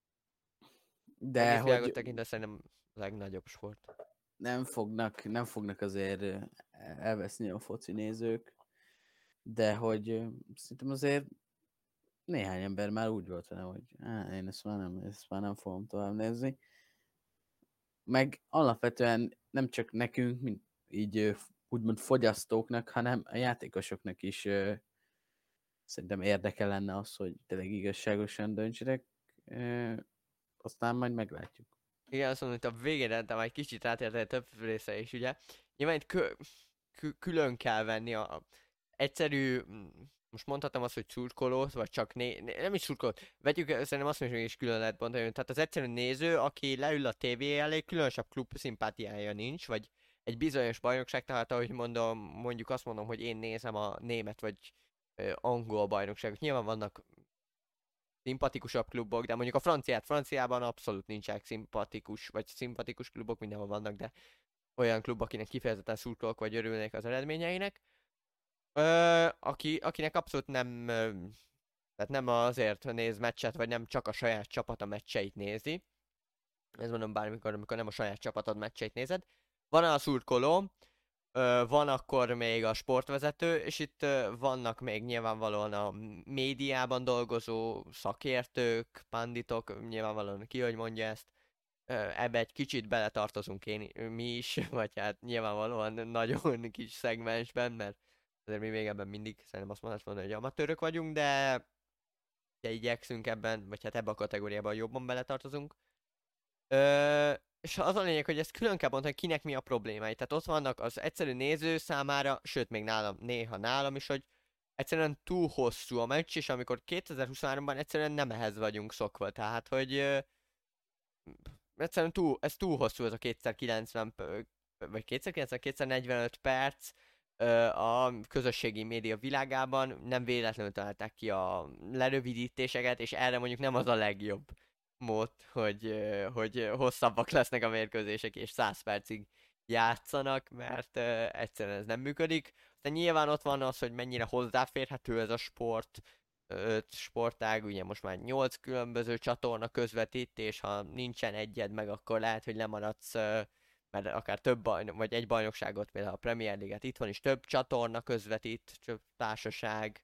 de egész világot hogy tekintve szerintem a legnagyobb sport. nem fognak azért elveszni a foci nézők, de hogy szerintem azért néhány ember már úgy volt vele, hogy én ezt már nem fogom tovább nézni. Meg alapvetően nem csak nekünk, mint így úgymond fogyasztóknak, hanem a játékosoknak is szerintem érdeke lenne az, hogy tényleg igazságosan döntsenek, aztán majd meglátjuk. Igen, azt mondom, hogy a végére, de már egy kicsit rátértél több része is, ugye. Nyilván itt külön kell venni a egyszerű, most mondhatom azt, hogy szurkolót, vagy csak nem is szurkolót, vegyük, szerintem azt mondjuk is külön lehet bontani, tehát az egyszerű néző, aki leül a tévé elé, különösebb klub szimpátiája nincs, vagy egy bizonyos bajnokság, tehát ahogy mondom, mondjuk azt mondom, hogy én nézem a német, vagy angol bajnokságot. Nyilván vannak szimpatikusabb klubok, de mondjuk a franciában abszolút nincsenek szimpatikus klubok, mindenhol vannak, de olyan klub, akinek kifejezetten szurkolok, vagy örülnék az eredményeinek. Akinek abszolút nem, tehát nem azért néz meccset, vagy nem csak a saját csapata meccseit nézi. Ez mondom bármikor, amikor nem a saját csapatod meccseit nézed. Van a szurkoló, van akkor még a sportvezető, és itt vannak még nyilvánvalóan a médiában dolgozó szakértők, panditok, nyilvánvalóan ki, hogy mondja ezt. Ebbe egy kicsit beletartozunk mi is, vagy hát nyilvánvalóan nagyon kis szegmensben, mert azért mi még ebben mindig szerintem azt mondani, hogy amatőrök vagyunk, de igyekszünk ebben, vagy hát ebben a kategóriában jobban beletartozunk. És az a lényeg, hogy ezt külön kell bontani, hogy kinek mi a problémái. Tehát ott vannak az egyszerű néző számára, sőt még néha nálam is, hogy egyszerűen túl hosszú a meccs, és amikor 2023-ban egyszerűen nem ehhez vagyunk szokva. Tehát, hogy egyszerűen ez túl hosszú ez a 290 vagy 245 perc a közösségi média világában. Nem véletlenül találták ki a lerövidítéseket, és erre mondjuk nem az a legjobb mód, hogy hosszabbak lesznek a mérkőzések, és 100 percig játszanak, mert egyszerűen ez nem működik. De nyilván ott van az, hogy mennyire hozzáférhető ez a sportág, ugye most már 8 különböző csatorna közvetít, és ha nincsen egyed meg, akkor lehet, hogy lemaradsz, mert akár több vagy egy bajnokságot, például a Premier League-et itt van is, több csatorna közvetít, több társaság,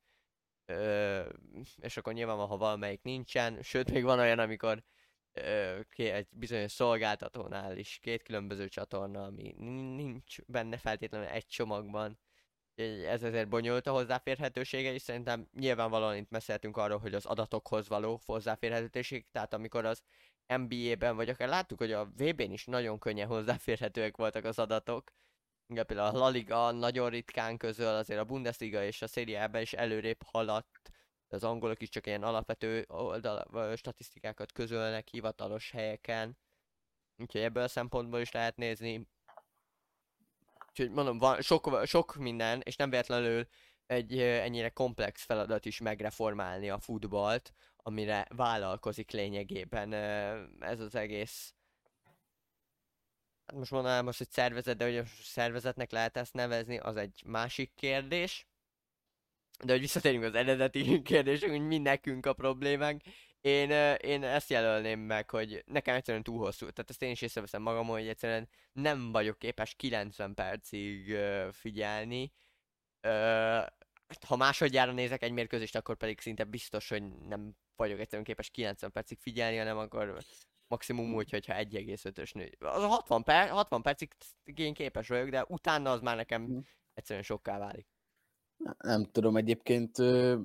és akkor nyilván ha valamelyik nincsen, sőt még van olyan, amikor egy bizonyos szolgáltatónál is 2 különböző csatorna, ami nincs benne feltétlenül egy csomagban. Ez ezért bonyolult a hozzáférhetősége, és szerintem nyilvánvalóan itt beszéltünk arról, hogy az adatokhoz való hozzáférhetőség, tehát amikor az NBA-ben, vagy akár láttuk, hogy a VB-n is nagyon könnyen hozzáférhetőek voltak az adatok. Igen, például a La Liga nagyon ritkán közöl, azért a Bundesliga és a Serie A-ben is előrébb haladt, az angolok is csak ilyen alapvető statisztikákat közölnek hivatalos helyeken. Úgyhogy ebből a szempontból is lehet nézni. Úgyhogy mondom, van sok minden, és nem véletlenül egy ennyire komplex feladat is megreformálni a futballt, amire vállalkozik lényegében ez az egész. Hát most mondanám most, hogy szervezet, de hogy most szervezetnek lehet ezt nevezni, az egy másik kérdés. De hogy visszatérjünk az eredeti kérdésünk, hogy mi nekünk a problémánk. Én ezt jelölném meg, hogy nekem egyszerűen túl hosszú. Tehát ezt én is észreveszem magamon, hogy egyszerűen nem vagyok képes 90 percig figyelni. Ö, ha másodjára nézek egy mérkőzést, akkor pedig szinte biztos, hogy nem vagyok egyszerűen képes 90 percig figyelni, hanem akkor maximum úgy, hogyha 1,5-ös nő. Az a 60 percig én képes vagyok, de utána az már nekem egyszerűen sokká válik. Nem tudom, egyébként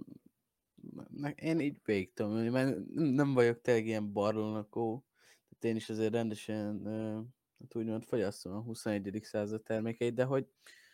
én így végig tudom, mert nem vagyok tényleg ilyen barlónakó, tehát én is azért rendesen hát úgymond fogyasztom a 21. század termékeit, de hogy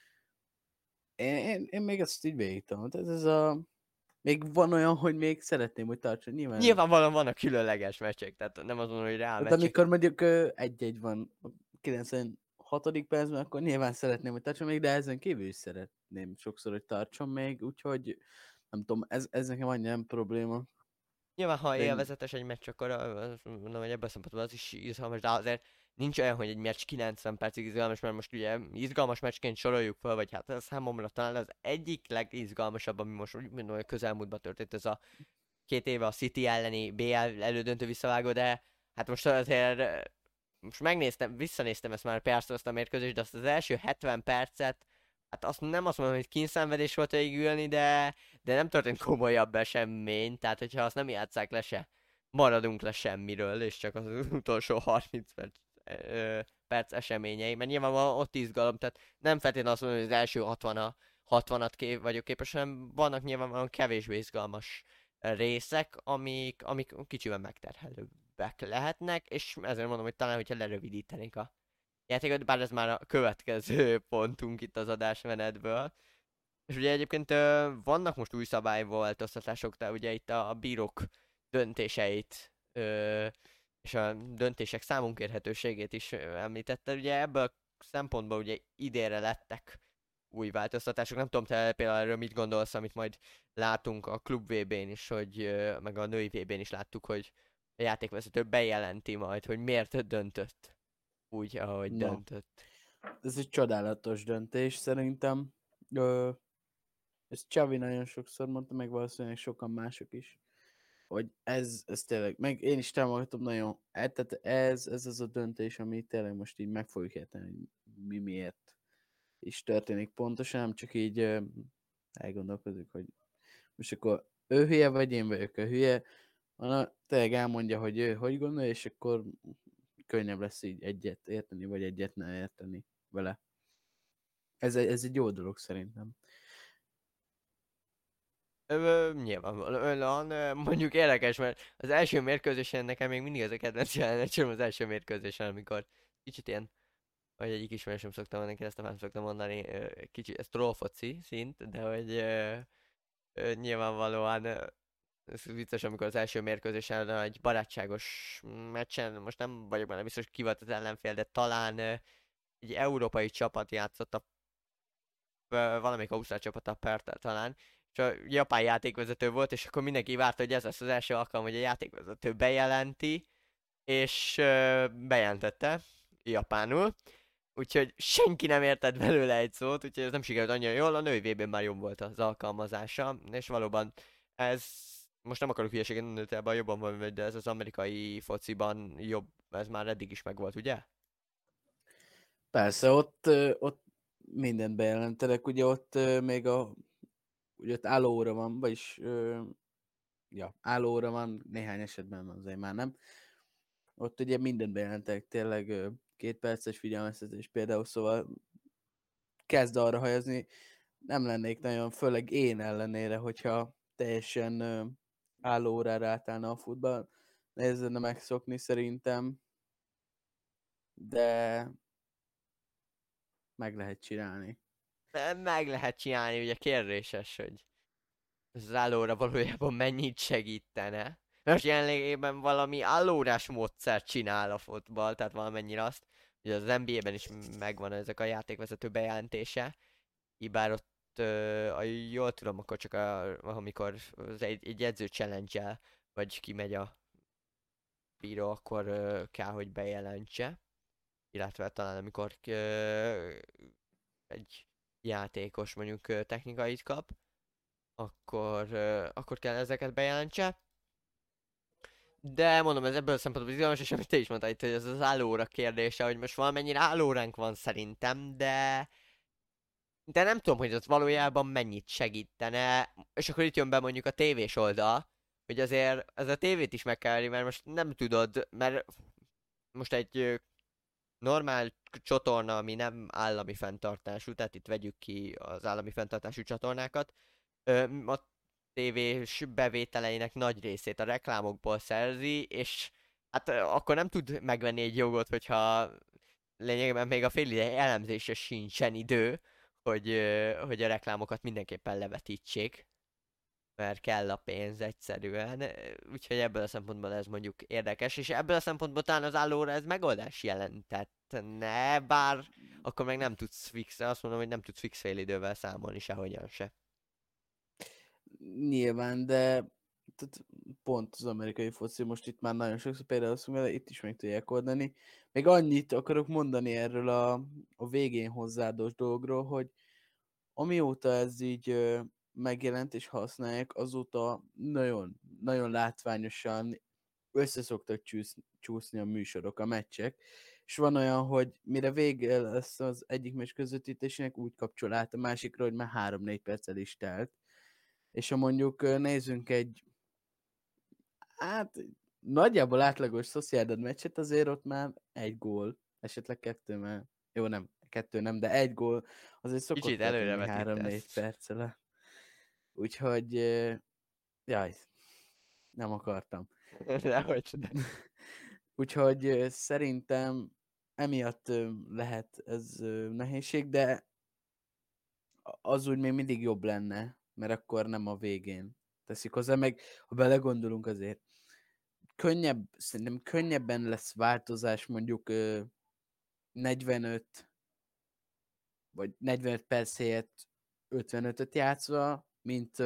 én még ezt így végig tudom. Tehát ez a... Még van olyan, hogy még szeretném, hogy tartson. Nyilvánvalóan vannak különleges meccsek, tehát nem azon, hogy reál Tehát meccsek. amikor mondjuk 1-1 van a 96. percben, akkor nyilván szeretném, hogy tartson még, de ezen kívül is szeretném sokszor, hogy tartson még, úgyhogy nem tudom, ez nekem annyira nem probléma. Nyilván, ha De én- élvezetes egy meccs, akkor mondom, hogy ebből a szempontból az is izgalmas, de azért nincs olyan, hogy egy meccs 90 percig izgalmas, mert most ugye izgalmas meccsként soroljuk fel, vagy hát ez számomra talán az egyik legizgalmasabb, ami most úgy mondom, hogy közelmúltban történt, ez a 2 éve a City elleni BL elődöntő visszavágó, de hát most azért most megnéztem, visszanéztem ezt már persze azt a mérkőzést, de azt az első 70 percet, hát azt nem azt mondom, hogy kínszenvedés volt végigülni, de nem történt komolyabb esemény, tehát hogyha azt nem játsszák le se, maradunk le semmiről, és csak az utolsó 30 perc eseményei, mert nyilván van ott izgalom, tehát nem feltétlenül azt mondom, hogy az első 60-at vagyok képes, hanem vannak nyilvánvalóan kevésbé izgalmas részek, amik kicsivel megterhelőbbek lehetnek, és ezért mondom, hogy talán, hogyha lerövidítenék a játékot, bár ez már a következő pontunk itt az adásmenetből. És ugye egyébként vannak most új szabályváltoztatások, de ugye itt a bírók döntéseit és a döntések számunkérhetőségét is említette. Ugye ebből a szempontból ugye idénre lettek új változtatások. Nem tudom, te például erről mit gondolsz, amit majd látunk a klub VB-n is, hogy meg a női VB-n is láttuk, hogy a játékvezető bejelenti majd, hogy miért döntött úgy, ahogy döntött. Ez egy csodálatos döntés szerintem. Ezt Csavi nagyon sokszor mondta, meg valószínűleg sokan mások is, hogy ez tényleg, meg én is támogatom nagyon, tehát ez az a döntés, ami tényleg most így meg fogjuk érteni, hogy mi miért is történik pontosan, nem csak így elgondolkozik, hogy most akkor ő hülye, vagy én vagyok a hülye, hanem tényleg elmondja, hogy ő hogy gondolja, és akkor könnyebb lesz így egyet érteni, vagy egyet ne érteni vele. Ez egy jó dolog szerintem. Nyilvánvalóan mondjuk érdekes, mert az első mérkőzésen nekem még mindig ez a kedvenc jelenet, az első mérkőzésen, amikor kicsit ilyen, vagy egyik ismerősöm szoktam neki, ezt nem szoktam mondani, kicsit, ez trollfoci szint, de hogy nyilvánvalóan ez vicces, amikor az első mérkőzésen egy barátságos meccsen, most nem vagyok benne biztos, ki volt az ellenfél, de talán egy európai csapat játszott valamelyik ausztrál csapat a Pertel talán, és a japán játékvezető volt, és akkor mindenki várta, hogy ez lesz az első alkalom, hogy a játékvezető bejelenti, és bejelentette japánul, úgyhogy senki nem értett belőle egy szót, úgyhogy ez nem sikerült annyira jól, a női VB-n már jobb volt az alkalmazása, és valóban ez, most nem akarok hülyeséget mondani, ebben jobban van, de ez az amerikai fociban jobb, ez már eddig is megvolt, ugye? Persze, ott mindent bejelentenek, ugye ott még ugye ott állóóra van, vagyis állóóra van, néhány esetben azért már nem. Ott ugye mindent bejelentenek, tényleg 2 perces figyelmeztetés például, szóval kezd arra hajazni, nem lennék nagyon, főleg én ellenére, hogyha teljesen állóórára átállna a futball, nehéz lenne megszokni szerintem, de meg lehet csinálni. Meg lehet csinálni, ugye kérdéses, hogy ez az állóra valójában mennyit segítene. Most jelenlegében valami állórás módszert csinál a futball, tehát valamennyire azt, hogy az NBA-ben is megvan ezek a játékvezető bejelentése, bár ott, jól tudom, akkor csak amikor egy edző challenge-el vagy kimegy a bíró, akkor kell, hogy bejelentse. Illetve talán amikor egy játékos mondjuk technikait kap, akkor kell ezeket bejelentse. De mondom, ez ebből a szempontból izgalmas, és amit te is mondtad itt, hogy ez az állóóra kérdése, hogy most valamennyire állóránk van szerintem, de nem tudom, hogy az valójában mennyit segítene, és akkor itt jön be mondjuk a tévés oldal, hogy azért ez a tévét is meg kell, mert most nem tudod, mert most egy normál csatorna, ami nem állami fenntartású, tehát itt vegyük ki az állami fenntartású csatornákat, a tévés bevételeinek nagy részét a reklámokból szerzi, és hát akkor nem tud megvenni egy jogot, hogyha lényegében még a fél idei elemzésre sincsen idő, hogy a reklámokat mindenképpen levetítsék, mert kell a pénz egyszerűen, úgyhogy ebből a szempontból ez mondjuk érdekes, és ebből a szempontból talán az állóra ez megoldás jelentetne, bár akkor meg nem tudsz azt mondom, hogy nem tudsz fix félidővel számolni sehogyan se. Nyilván, de tehát pont az amerikai foci most itt már nagyon sokszor például azt mondja, itt is meg tudják oldani. Még annyit akarok mondani erről a végén hozzáadós dologról, hogy amióta ez így megjelent és használják, azóta nagyon, nagyon látványosan összeszoktak csúszni a műsorok, a meccsek, és van olyan, hogy mire vége lesz az egyik meccs közvetítésének, úgy kapcsol át a másikra, hogy már 3-4 perccel is telt. És ha mondjuk nézzünk egy, hát nagyjából átlagos Sociedad meccset, azért ott már egy gól, esetleg 2, mert jó nem, 2 nem, de egy gól azért szokott Kicsit történni előrevetítesz. 3-4 perccel. Úgyhogy, jaj, nem akartam. Dehogy ne. Úgyhogy szerintem emiatt lehet ez nehézség, de az úgy még mindig jobb lenne, mert akkor nem a végén teszik hozzá, meg ha belegondolunk azért, szerintem könnyebben lesz változás mondjuk 45 vagy 45 perc helyett 55-öt játszva, mint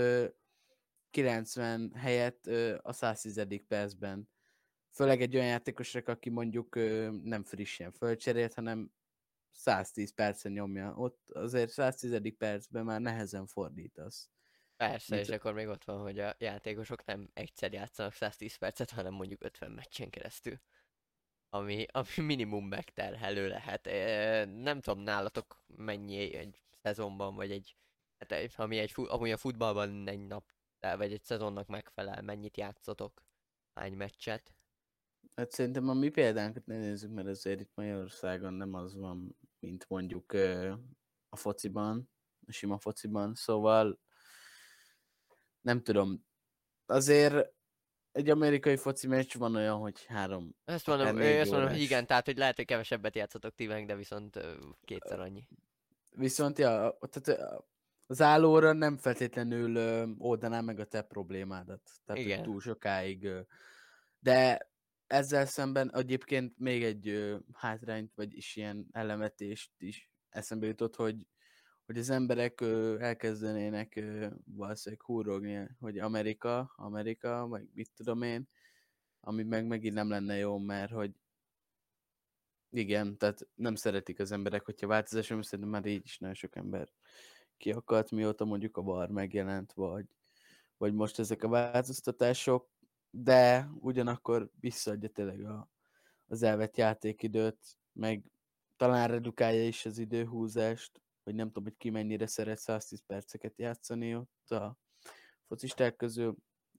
90 helyett a 110. percben. Főleg egy olyan játékosnak, aki mondjuk nem frissen fölcserélt, hanem 110 percen nyomja. Ott azért 110. percben már nehezen fordítasz. Persze, és akkor még ott van, hogy a játékosok nem egyszer játszanak 110 percet, hanem mondjuk 50 meccsen keresztül. Ami minimum megterhelő lehet. Nem tudom nálatok mennyi egy szezonban, vagy amúgy a futballban egy nap, vagy egy szezonnak megfelel, mennyit játszotok, hány meccset. Hát szerintem a mi példánkat ne nézzük, mert azért itt Magyarországon nem az van, mint mondjuk a fociban, a sima fociban, szóval nem tudom. Azért egy amerikai foci meccs van olyan, hogy 3, Azt akár mondom, 4 azt mondom, hogy órás. igen, tehát hogy lehet, hogy kevesebbet játszotok ti meg, de viszont kétszer annyi. Viszont ja, tehát az állóra nem feltétlenül oldaná meg a te problémádat. Tehát, hogy Igen. túl sokáig. De ezzel szemben egyébként még egy hátrányt, vagyis ilyen elemetést is eszembe jutott, hogy az emberek elkezdenének valószínűleg húrogni, hogy Amerika, meg mit tudom én, ami meg megint nem lenne jó, mert hogy igen, tehát nem szeretik az emberek, hogyha változás, mert szerintem már így is nagyon sok ember kiakadt, mióta mondjuk a VAR megjelent, vagy most ezek a változtatások, de ugyanakkor visszaadja tényleg az elvett játékidőt, meg talán redukálja is az időhúzást, hogy nem tudom, hogy ki mennyire szeret 110 perceket játszani ott a focisták közül.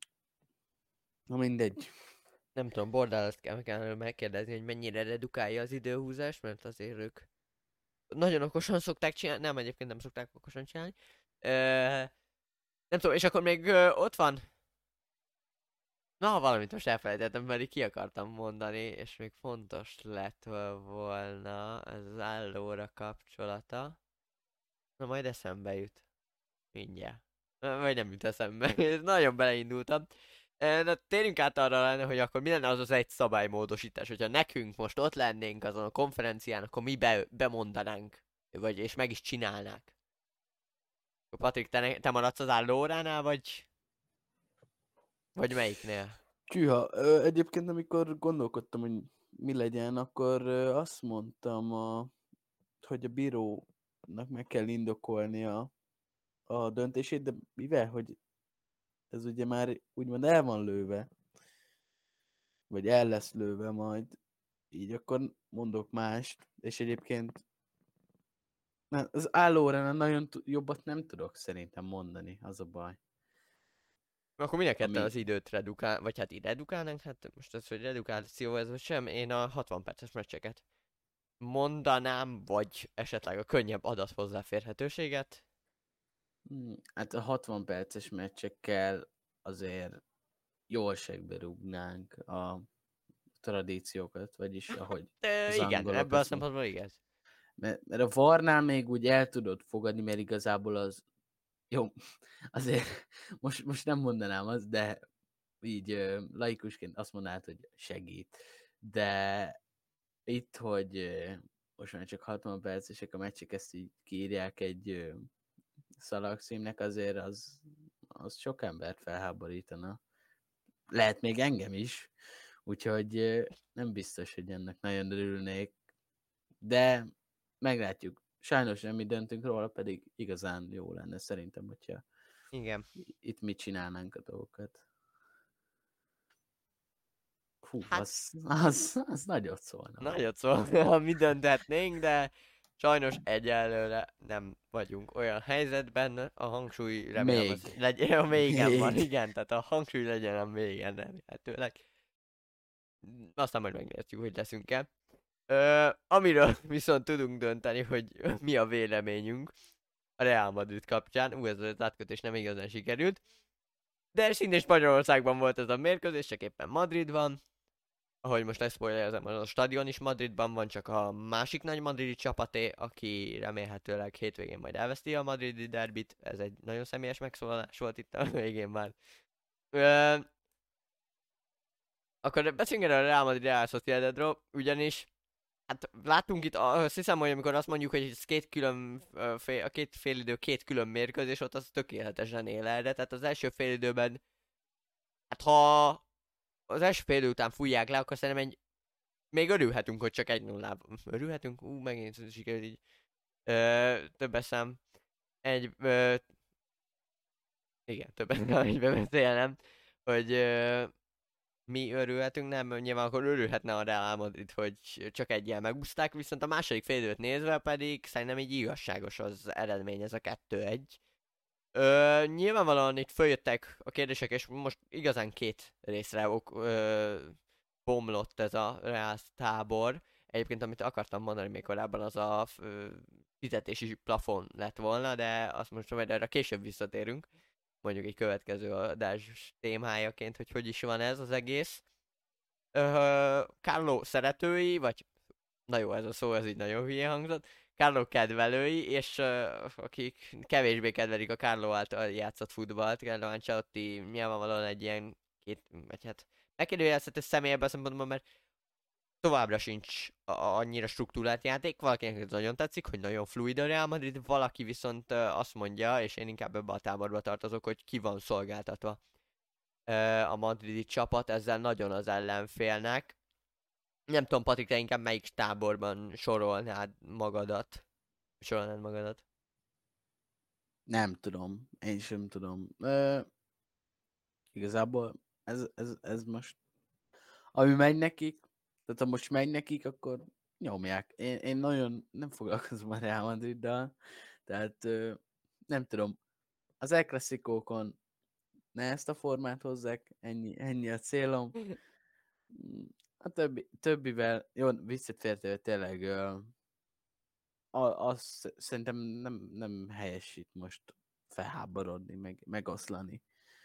Na mindegy. Nem tudom, Bordálat kell megkérdezni, hogy mennyire redukálja az időhúzást, mert azért ők nagyon okosan szokták csinálni, nem, egyébként nem szokták okosan csinálni. Nem tudom, és akkor még ott van. Na, valamit most elfelejtettem, pedig ki akartam mondani, és még fontos lett volna ez az állóra kapcsolata. Na, majd eszembe jut. Mindjárt. Vagy nem jut eszembe. Nagyon beleindultam. Na, térjünk át arra lenne, hogy akkor mi lenne az az egy szabálymódosítás, hogyha nekünk most ott lennénk azon a konferencián, akkor mi bemondanánk, és meg is csinálnák. Patrik, te maradsz az állóránál, vagy melyiknél? Csüha, egyébként amikor gondolkodtam, hogy mi legyen, akkor azt mondtam, hogy a bírónak meg kell indokolnia a döntését, de mivel, hogy ez ugye már úgymond el van lőve, vagy el lesz lőve majd, így akkor mondok mást, és egyébként az állóra nagyon jobbat nem tudok szerintem mondani, az a baj. Akkor minek ketten Ami az időt redukál, vagy hát így redukálnánk, hát most az, hogy redukáció ez vagy sem, én a 60 perces meccseket mondanám, vagy esetleg a könnyebb adat hozzáférhetőséget. hát a 60 perces meccsekkel azért jól segbe rúgnánk a tradíciókat, vagyis ahogy az Igen, angolok ebből a azt mondják. szempontból igaz. Mert a VAR-nál még úgy el tudod fogadni, mert igazából az jó, azért most nem mondanám azt, de így laikusként azt mondanád, hogy segít. De itt, hogy most már csak 60 percesek a meccsek, ezt így kiírják egy szalagcímnek, azért az sok embert felháborítana. Lehet még engem is, úgyhogy nem biztos, hogy ennek nagyon örülnék, de meglátjuk. Sajnos nem mi döntünk róla, pedig igazán jó lenne szerintem, hogyha Igen. itt mit csinálnánk a dolgokat. Hú, Hát az nagyot szólna. nagyot szól, mi dönthetnénk, de sajnos egyelőre nem vagyunk olyan helyzetben, a hangsúly remélem az Még. legyen a végen van, Még. igen, tehát a hangsúly legyen a végen remélhetőleg. Aztán majd megnézzük, hogy leszünk-e. Amiről viszont tudunk dönteni, hogy mi a véleményünk a Real Madrid kapcsán. Ez az átkötés nem igazán sikerült. De szintén Spanyolországban volt ez a mérkőzés, csak éppen Madridban. Ahogy most leszpoilerezem, a stadion is Madridban van, csak a másik nagy madridi csapaté, aki remélhetőleg hétvégén majd elveszti a madridi derbit. Ez egy nagyon személyes megszólalás volt itt a végén már. Akkor beszéljünk erről a Real Madrid Real Sociedadról, ugyanis hát láttunk itt, azt hiszem, hogy amikor azt mondjuk, hogy ez a két félidő két külön mérkőzés, ott az tökéletesen él erre, tehát az első félidőben, hát ha az első félidő után fújják le, akkor szerintem még örülhetünk, hogy csak 1-0. Örülhetünk? Megint sikerült így többes szám. Igen, többes szám egybe beszélnem, hogy mi örülhetünk, nem, nyilván akkor örülhetne a Real Madrid, hogy csak egyel megúszták, viszont a második félidőt nézve pedig szerintem így igazságos az eredmény, ez a 2-1. Nyilvánvalóan itt följöttek a kérdések, és most igazán két részre bomlott ez a Real tábor. Egyébként, amit akartam mondani még korábban, az a fizetési plafon lett volna, de azt most majd erre később visszatérünk. Mondjuk egy következő adás témájaként, hogy is van ez az egész. Carlo szeretői, vagy na jó, ez a szó, ez így nagyon hülye hangzott. Carlo kedvelői, és akik kevésbé kedvelik a Carlo által játszott futballt, Carlo Ancelotti nyilvánvalóan egy ilyen vagy hát megkérdőjelezhető személy ebben a szempontból, mert továbbra sincs annyira struktúrált játék, valakinek ez nagyon tetszik, hogy nagyon fluid a Real Madrid, valaki viszont azt mondja, és én inkább ebbe a táborba tartozok, hogy ki van szolgáltatva a madridi csapat, ezzel nagyon az ellenfélnek. Nem tudom, Patrik, te inkább melyik táborban sorolnád magadat? Sorolnád magadat? Nem tudom, én sem tudom. Igazából ez most, ami megy nekik, tehát ha most megy nekik, akkor nyomják. Én nagyon nem foglalkozom a Real Madriddal, tehát nem tudom, az El Clasicókon ne ezt a formát hozzák, ennyi a célom. A többivel, jó, visszatérve tényleg, az szerintem nem helyes itt most felháborodni, megoszlani.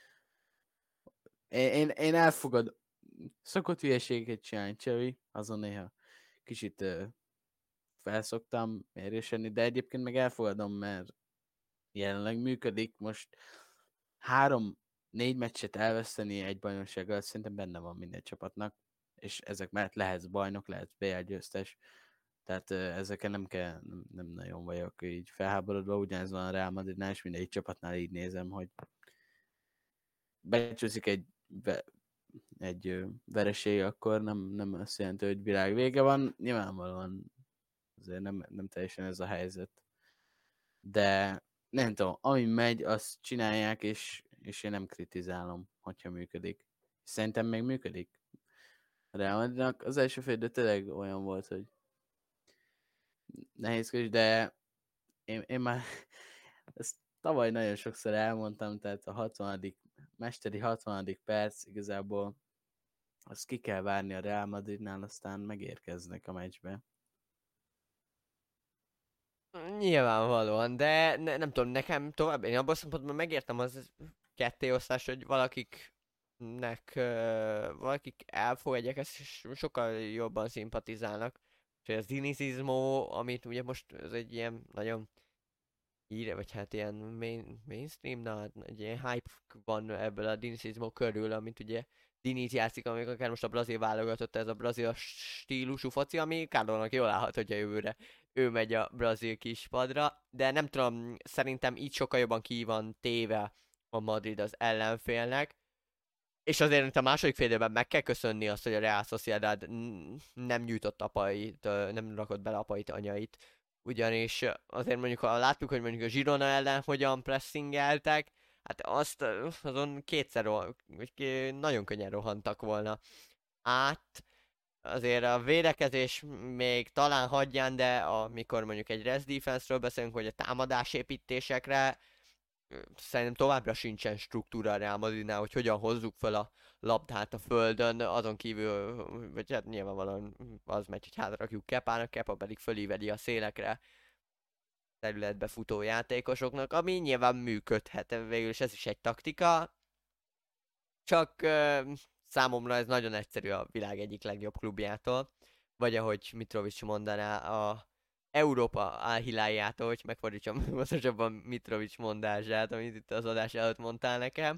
Én elfogadom, szokott hülyeséget csinálni Csevi, azon néha kicsit felszoktam méréseni, de egyébként meg elfogadom, mert jelenleg működik. Most 3-4 meccset elveszteni egy bajnoksággal, szerintem benne van minden csapatnak, és ezek mellett lehetsz bajnok, lehetsz BL győztes, tehát ezeken nem nagyon vagyok így felháborodva, ugyanez van a Real Madridnál, és mindegyik csapatnál így nézem, hogy becsúszik egy egy vereség, akkor nem azt jelenti, hogy világ vége van. Nyilvánvalóan azért nem teljesen ez a helyzet. De nem tudom, ami megy, azt csinálják, és én nem kritizálom, hogyha működik. Szerintem még működik. Real Madridnak az első fél idő tényleg olyan volt, hogy nehézkes, de én már ezt tavaly nagyon sokszor elmondtam, tehát a 60. perc igazából azt ki kell várni a Real Madridnál, aztán megérkeznek a meccsbe. Nyilvánvalóan, de nem tudom, nekem tovább, én abban a szempontból megértem az kettéosztás, hogy valakik elfogadják ezt, és sokkal jobban szimpatizálnak. És az dinizizmó, amit ugye most ez egy ilyen nagyon vagy hát ilyen mainstream, egy ilyen hype van ebből a dinizizmó körül, amit ugye Diniz játszik, amikor akár most a brazil válogatott, ez a brazil stílusú foci, ami Carlónak jól állhat, hogyha jövőre ő megy a brazil kispadra, de nem tudom, szerintem így sokkal jobban ki van téve a Madrid az ellenfélnek, és azért itt a második fél időben meg kell köszönni azt, hogy a Real Sociedad nem nyújtott apait, nem rakott bele apait, anyait, ugyanis azért mondjuk, ha láttuk, hogy mondjuk a Girona ellen hogyan pressingeltek, hát azt azon nagyon könnyen rohantak volna át. Azért a védekezés még talán hagyján, de amikor mondjuk egy rest defense-ről beszélünk, vagy a támadásépítésekre, szerintem továbbra sincsen struktúra a Real Madridnál, hogy hogyan hozzuk fel a labdát a földön, azon kívül, vagy hát nyilvánvalóan az megy, hogy hátrakjuk Kepának, Kepa pedig fölíveli a szélekre területbe futó játékosoknak, ami nyilván működhet, végül is ez is egy taktika, csak számomra ez nagyon egyszerű a világ egyik legjobb klubjától, vagy ahogy Mitrovic mondaná, a Európa álhilájától, hogy megfordítsam pontosabban Mitrovic mondását, amit itt az adás előtt mondtál nekem.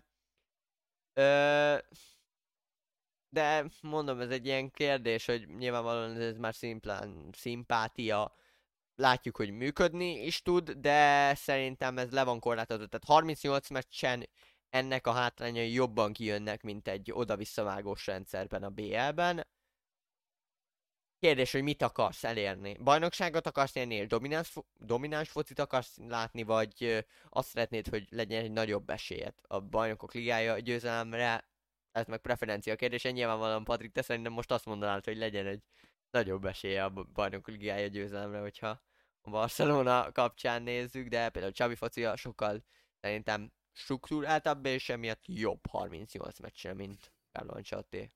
De mondom, ez egy ilyen kérdés, hogy nyilvánvalóan ez már szimplán szimpátia, látjuk, hogy működni is tud, de szerintem ez le van korlátozva. Tehát 38 meccsen ennek a hátrányai jobban kijönnek, mint egy oda-visszavágós rendszerben a BL-ben. Kérdés, hogy mit akarsz elérni? Bajnokságot akarsz nyerni, és domináns focit akarsz látni, vagy azt szeretnéd, hogy legyen egy nagyobb esélyed a bajnokok ligája győzelemre? Ez meg preferencia kérdése. Nyilvánvalóan, Patrik, te szerintem most azt mondanád, hogy legyen egy nagyobb esélye a bajnokok ligája győzelemre, hogyha a Barcelona kapcsán nézzük, de például Xavi focia sokkal szerintem struktúráltabb, és emiatt jobb 38 meccsre, mint Carlo Ancelotti.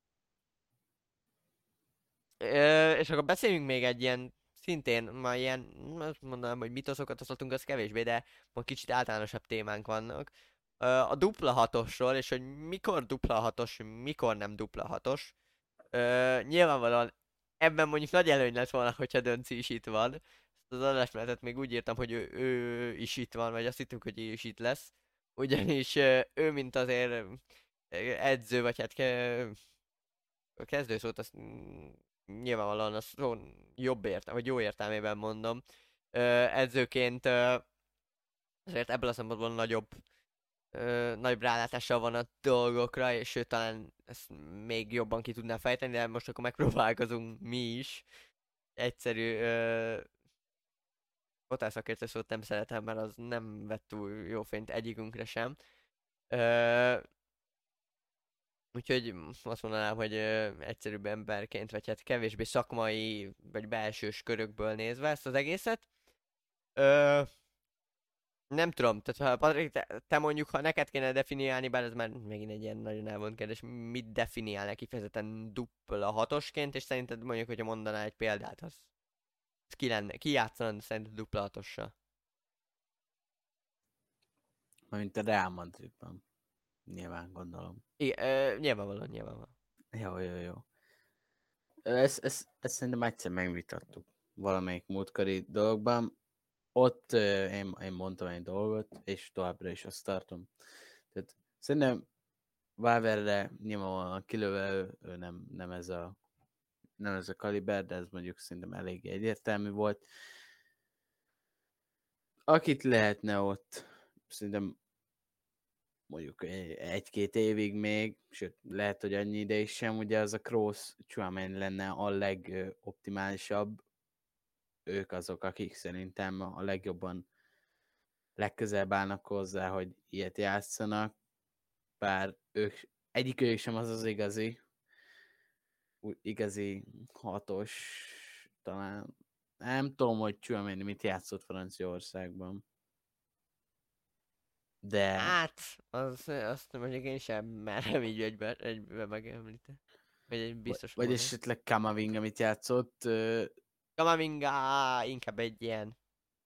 És akkor beszéljünk még egy ilyen, szintén ma ilyen, azt mondanám, hogy mitoszokat osztottunk, az kevésbé, de ma kicsit általánosabb témánk vannak. A dupla hatosról, és hogy mikor dupla hatos, mikor nem dupla hatos. Nyilvánvalóan ebben mondjuk nagy előny lett volna, hogyha Dönci is itt van. Ezt az adásmenetet még úgy írtam, hogy ő is itt van, vagy azt hittük, hogy ő is itt lesz. Ugyanis ő, mint azért edző, vagy hát a kezdőszót, azt nyilvánvalóan a szó jobb vagy jó értelmében mondom. Edzőként azért ebből a szempontból nagyobb rálátással van a dolgokra, és ő talán ezt még jobban ki tudná fejteni, de most akkor megpróbálkozunk mi is. Egyszerű fotásszakértő szót nem szeretem, mert az nem vett túl jó fényt egyikünkre sem. Úgyhogy azt mondanám, hogy egyszerűbb emberként, vagy hát kevésbé szakmai, vagy belsős körökből nézve ezt az egészet. Nem tudom, tehát ha Patrik, te mondjuk, ha neked kéne definiálni, bár ez már megint egy ilyen nagyon elvont kérdés, mit definiálnál kifejezetten dupla hatosként, és szerinted mondjuk, hogyha mondanál egy példát, az ki játszana szerinted dupla hatossal? Mint a Real Madridban. Nyilván gondolom. Igen, nyilvánvalóan. Jó. Ezt szerintem egyszer megvitattuk valamelyik múltkori dologban. Ott én mondtam egy dolgot, és továbbra is azt tartom. Tehát szerintem Valverde nyilvánvalóan kilőve ő nem ez a kaliber, de ez mondjuk szerintem eléggé egyértelmű volt. Akit lehetne ott, szerintem mondjuk egy-két évig még, sőt, lehet, hogy annyi ideig sem, ugye az a Kroos Tchouaméni lenne a legoptimálisabb. Ők azok, akik szerintem a legjobban legközelebb állnak hozzá, hogy ilyet játszanak, bár egyikőjük sem az az igazi hatos, talán. Nem tudom, hogy Tchouaméni mit játszott Franciaországban. De... Hát, azt mondjuk én sem merem így egybe megemlíteni. Vagy egy biztos Vagy mondani. esetleg Kamavinga mit játszott. Kamavinga inkább egy ilyen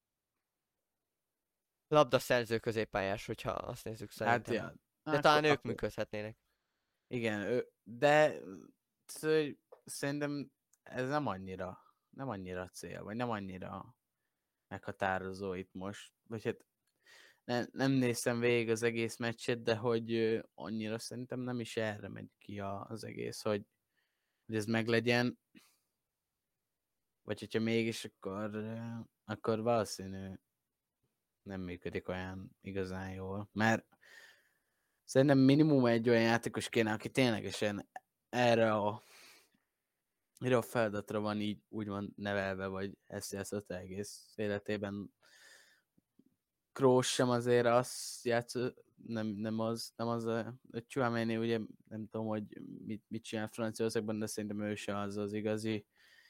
labdaszerző középpályás, hogyha azt nézzük szerintem. Hát, ja. De talán ők működhetnének. Igen, de szóval szerintem ez nem annyira cél, vagy nem annyira meghatározó itt most. Vagy hát nem néztem végig az egész meccset, de hogy annyira szerintem nem is erre megy ki az egész, hogy ez meglegyen. Vagy hogyha mégis, akkor valószínű nem működik olyan igazán jól. Mert szerintem minimum egy olyan játékos kéne, aki ténylegesen erre a feladatra van így úgy van nevelve, vagy ezt játszott egész életében. Kroos sem azért azt játszott, nem az a Tchouaméni, ugye nem tudom, hogy mit csinál Franciaországban, de szerintem ő se az igazi.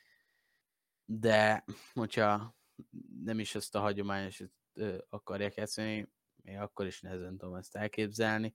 De hogyha nem is azt a hagyományos akarják játszani, még akkor is nehezen tudom ezt elképzelni.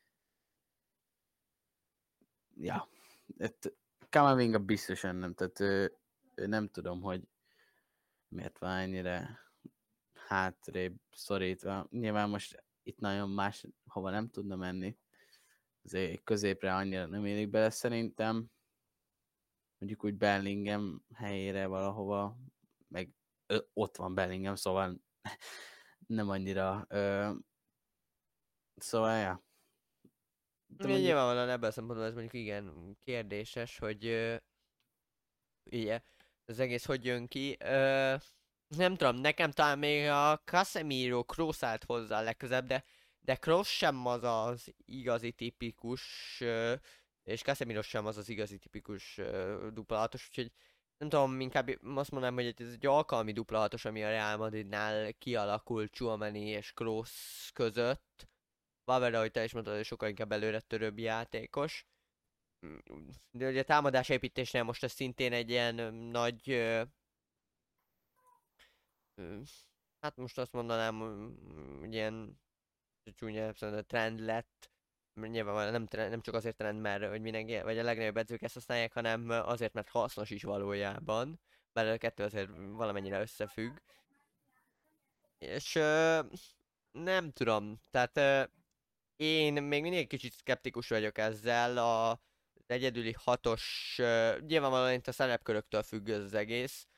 Ja, Kamavinga biztosan nem, tehát nem tudom, hogy miért van ennyire hátrébb szorítva. Nyilván most itt nagyon más hova nem tudna menni. Azért középre annyira nem érik bele szerintem. Mondjuk úgy Bellingham helyére valahova, meg ott van Bellingham, szóval nem annyira. Szóval, ja. Nyilvánvalóan ebben a szempontból ez mondjuk igen kérdéses, hogy ugye, az egész hogy jön ki. Nem tudom, nekem talán még a Casemiro Kroos állt hozzá legközebb, de Kroos sem az igazi tipikus, és Casemiro sem az igazi tipikus dupla hatos, úgyhogy nem tudom, inkább azt mondanám, hogy ez egy alkalmi dupla hatos, ami a Real Madridnál kialakult Tchouaméni és Kroos között. Valverde, ahogy te is mondtad, sokkal inkább előre törőbb játékos. De ugye a támadásépítésnél most ez szintén egy ilyen nagy... hát most azt mondanám, hogy ilyen csúnya trend lett. Nyilván nem csak azért trend, mert hogy mindenki, vagy a legnagyobb edzők ezt használják, hanem azért, mert hasznos is valójában. Mert a kettő azért valamennyire összefügg. És nem tudom, tehát én még mindig kicsit szkeptikus vagyok ezzel az egyedüli hatos, nyilvánvalóan itt a szerepköröktől függ ez az egész,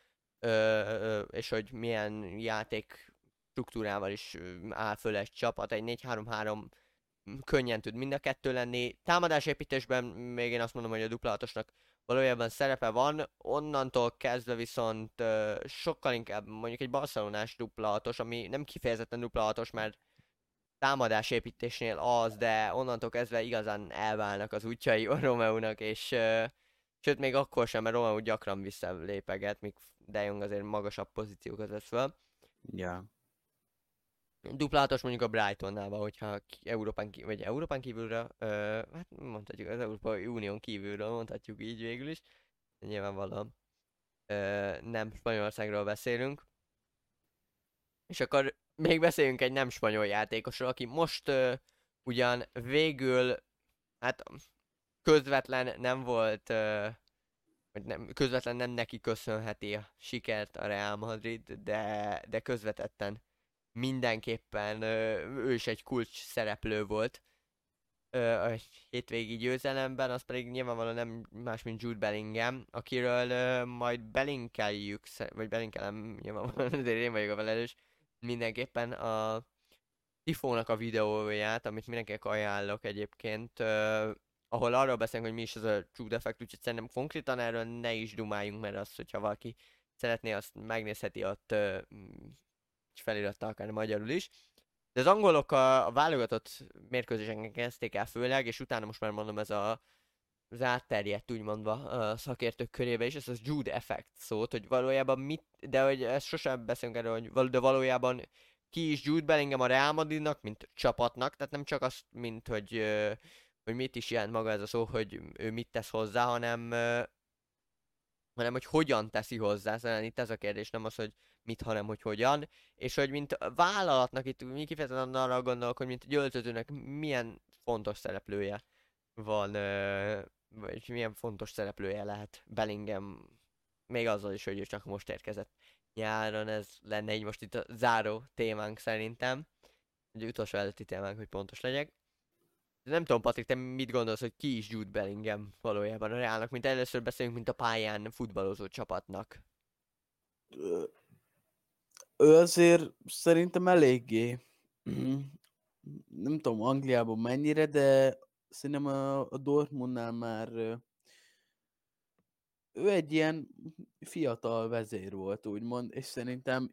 és hogy milyen játék struktúrával is áll föl egy csapat, egy 4-3-3 könnyen tud mind a kettő lenni. Támadásépítésben még én azt mondom, hogy a dupla hatosnak valójában szerepe van, onnantól kezdve viszont sokkal inkább mondjuk egy barcelonás dupla hatos, ami nem kifejezetten dupla hatos, mert támadásépítésnél az, de onnantól kezdve igazán elválnak az útjai a Romeónak, és sőt még akkor sem, mert Romeo gyakran visszalépeget, míg De Jong azért magasabb pozíciókat vesz fel. Ja. Duplátos mondjuk a Brightonnál van, hogyha Európán kívülről, hát mondhatjuk az Európai Unión kívülről, mondhatjuk így végül is. Nyilvánvalóan nem Spanyolországról beszélünk. És akkor még beszéljünk egy nem spanyol játékosról, aki most ugyan végül, hát közvetlen nem volt, vagy nem, közvetlen nem neki köszönheti a sikert a Real Madrid, de közvetetten mindenképpen ő is egy kulcs szereplő volt a hétvégi győzelemben, az pedig nyilvánvalóan nem más, mint Jude Bellingham, akiről majd belinkeljük, vagy belinkelem, nyilvánvalóan azért én vagyok a felelős, mindenképpen a Tifónak a videóját, amit mindenkinek ajánlok egyébként, ahol arról beszélünk, hogy mi is az a True Defect, úgyhogy szerintem konkrétan erről ne is dumáljunk, mert az, hogyha valaki szeretné, azt megnézheti ott felirattal akár magyarul is. De az angolok a válogatott mérkőzéseken kezdték el főleg, és utána most már mondom ez az átterjedt úgymondva a szakértők körébe is, ez az Jude effekt szót, hogy valójában mit, de hogy ezt sosem beszélünk erről, hogy de valójában ki is Jude Bellingham a Real Madridnak, mint csapatnak, tehát nem csak azt, mint hogy mit is jelent maga ez a szó, hogy ő mit tesz hozzá, hanem hogy hogyan teszi hozzá, szóval itt ez a kérdés, nem az, hogy mit, hanem hogy hogyan, és hogy mint vállalatnak itt mi kifejezetten arra gondolok, hogy mint egy öltözőnek milyen fontos szereplője van, vagy milyen fontos szereplője lehet Bellingham, még azzal is, hogy ő csak most érkezett nyáron, ez lenne így most itt a záró témánk szerintem, egy utolsó előtti témánk, hogy pontos legyek. De nem tudom, Patrik, te mit gondolsz, hogy ki is Jude Bellingham valójában a Realnak, mint először beszélünk, mint a pályán futballozó csapatnak. Ő azért szerintem eléggé, nem tudom Angliában mennyire, de szerintem a Dortmundnál már ő egy ilyen fiatal vezér volt, úgymond, és szerintem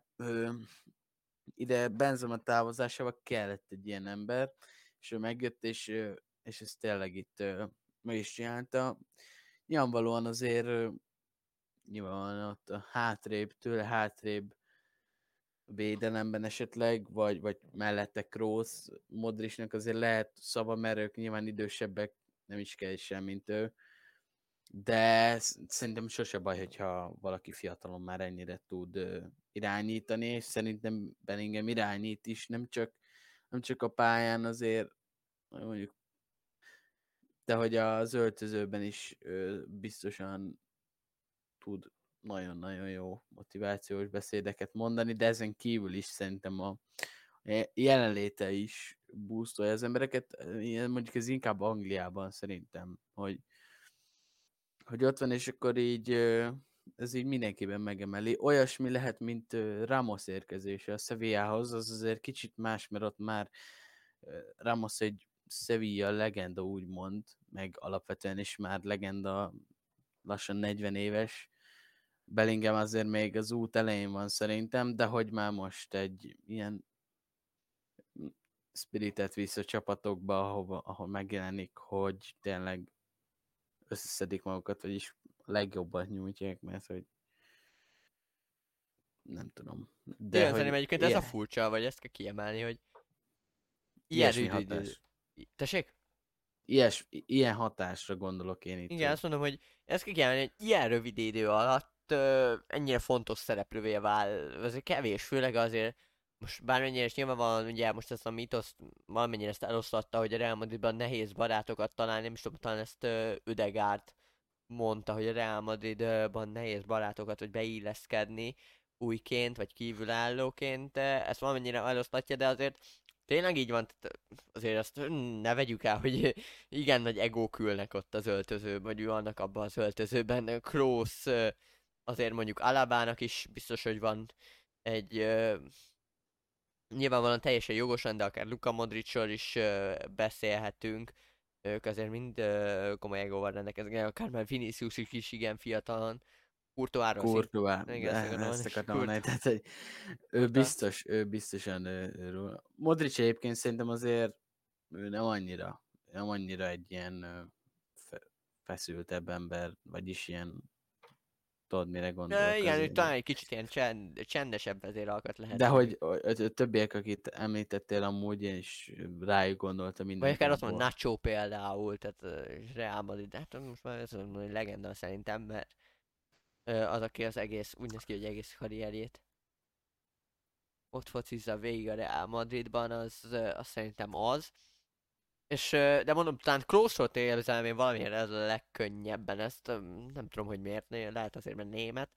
ide Benzema távozásával kellett egy ilyen ember, és ő megjött, és ez tényleg itt meg is csinálta. Nyilvánvalóan azért nyilván ott a hátrébb védelemben esetleg, vagy mellette Kroos, Modricnak azért lehet szava, mert ők nyilván idősebbek, nem is kell sem, mint ő. De szerintem sose baj, hogyha valaki fiatalon már ennyire tud irányítani, és szerintem Bellingham irányít is, nem csak a pályán azért, mondjuk, de hogy az öltözőben is biztosan tud nagyon-nagyon jó motivációs beszédeket mondani, de ezen kívül is szerintem a jelenléte is boostolja az embereket. Mondjuk ez inkább Angliában szerintem, hogy ott van, és akkor így ez így mindenkiben megemeli. Olyasmi lehet, mint Ramos érkezése a Sevillához, az azért kicsit más, mert ott már Ramos egy Sevilla legenda úgymond, meg alapvetően is már legenda, lassan 40 éves. Bellingham azért még az út elején van szerintem, de hogy már most egy ilyen spiritet visz a csapatokba, ahol megjelenik, hogy tényleg összeszedik magukat, vagyis a legjobbat nyújtják, mert hogy nem tudom. De Igen, hogy szerintem egyébként ez a furcsa, vagy ezt kell kiemelni, hogy ilyen ilyesmi rövid idő. hatás. Tessék? Ilyen hatásra gondolok én itt. Igen, azt mondom, hogy ezt kell kiemelni, hogy ilyen rövid idő alatt ennyire fontos szereplővé vál, azért kevés, főleg azért most bármennyire is nyilvánvalóan ugye most ezt a mítoszt valamennyire ezt eloszlatta, hogy a Real Madridban nehéz barátokat találni, nem is tudom, talán ezt Ödegaard mondta, hogy a Real Madridban nehéz barátokat, vagy beilleszkedni újként, vagy kívülállóként, ezt valamennyire eloszlatja, de azért tényleg így van, tehát azért azt ne vegyük el, hogy igen nagy egók ülnek ott az öltözőben, vagy vannak abban az öltözőben. Kroos azért mondjuk Alabának is biztos, hogy van egy nyilvánvalóan teljesen jogosan, de akár Luka Modricról is beszélhetünk. Ők azért mind komoly egóval rendelkeznek, akár már Vinicius is igen fiatalon. Courtois, Igen, ezt akartam mondani, tehát hogy ő biztosan róla. Modric egyébként szerintem azért ő nem annyira egy ilyen feszültebb ember, vagyis ilyen, tudod mire gondolok. Igen, ő talán egy kicsit ilyen csendesebb vezéralkat lehet. De hogy a többiek, akit említettél amúgy, én is rájuk gondoltam minden. Vagy akár ott van Nacho például, tehát Real Madrid, de hát most már ez egy legenda szerintem, mert az, aki az egész, úgy néz ki, hogy egész karrierjét ott focizza végig a Real Madridban, az szerintem az. És, de mondom, talán Kroosról érzem én valamiért ez a legkönnyebben ezt, nem tudom, hogy miért, lehet azért, mert német.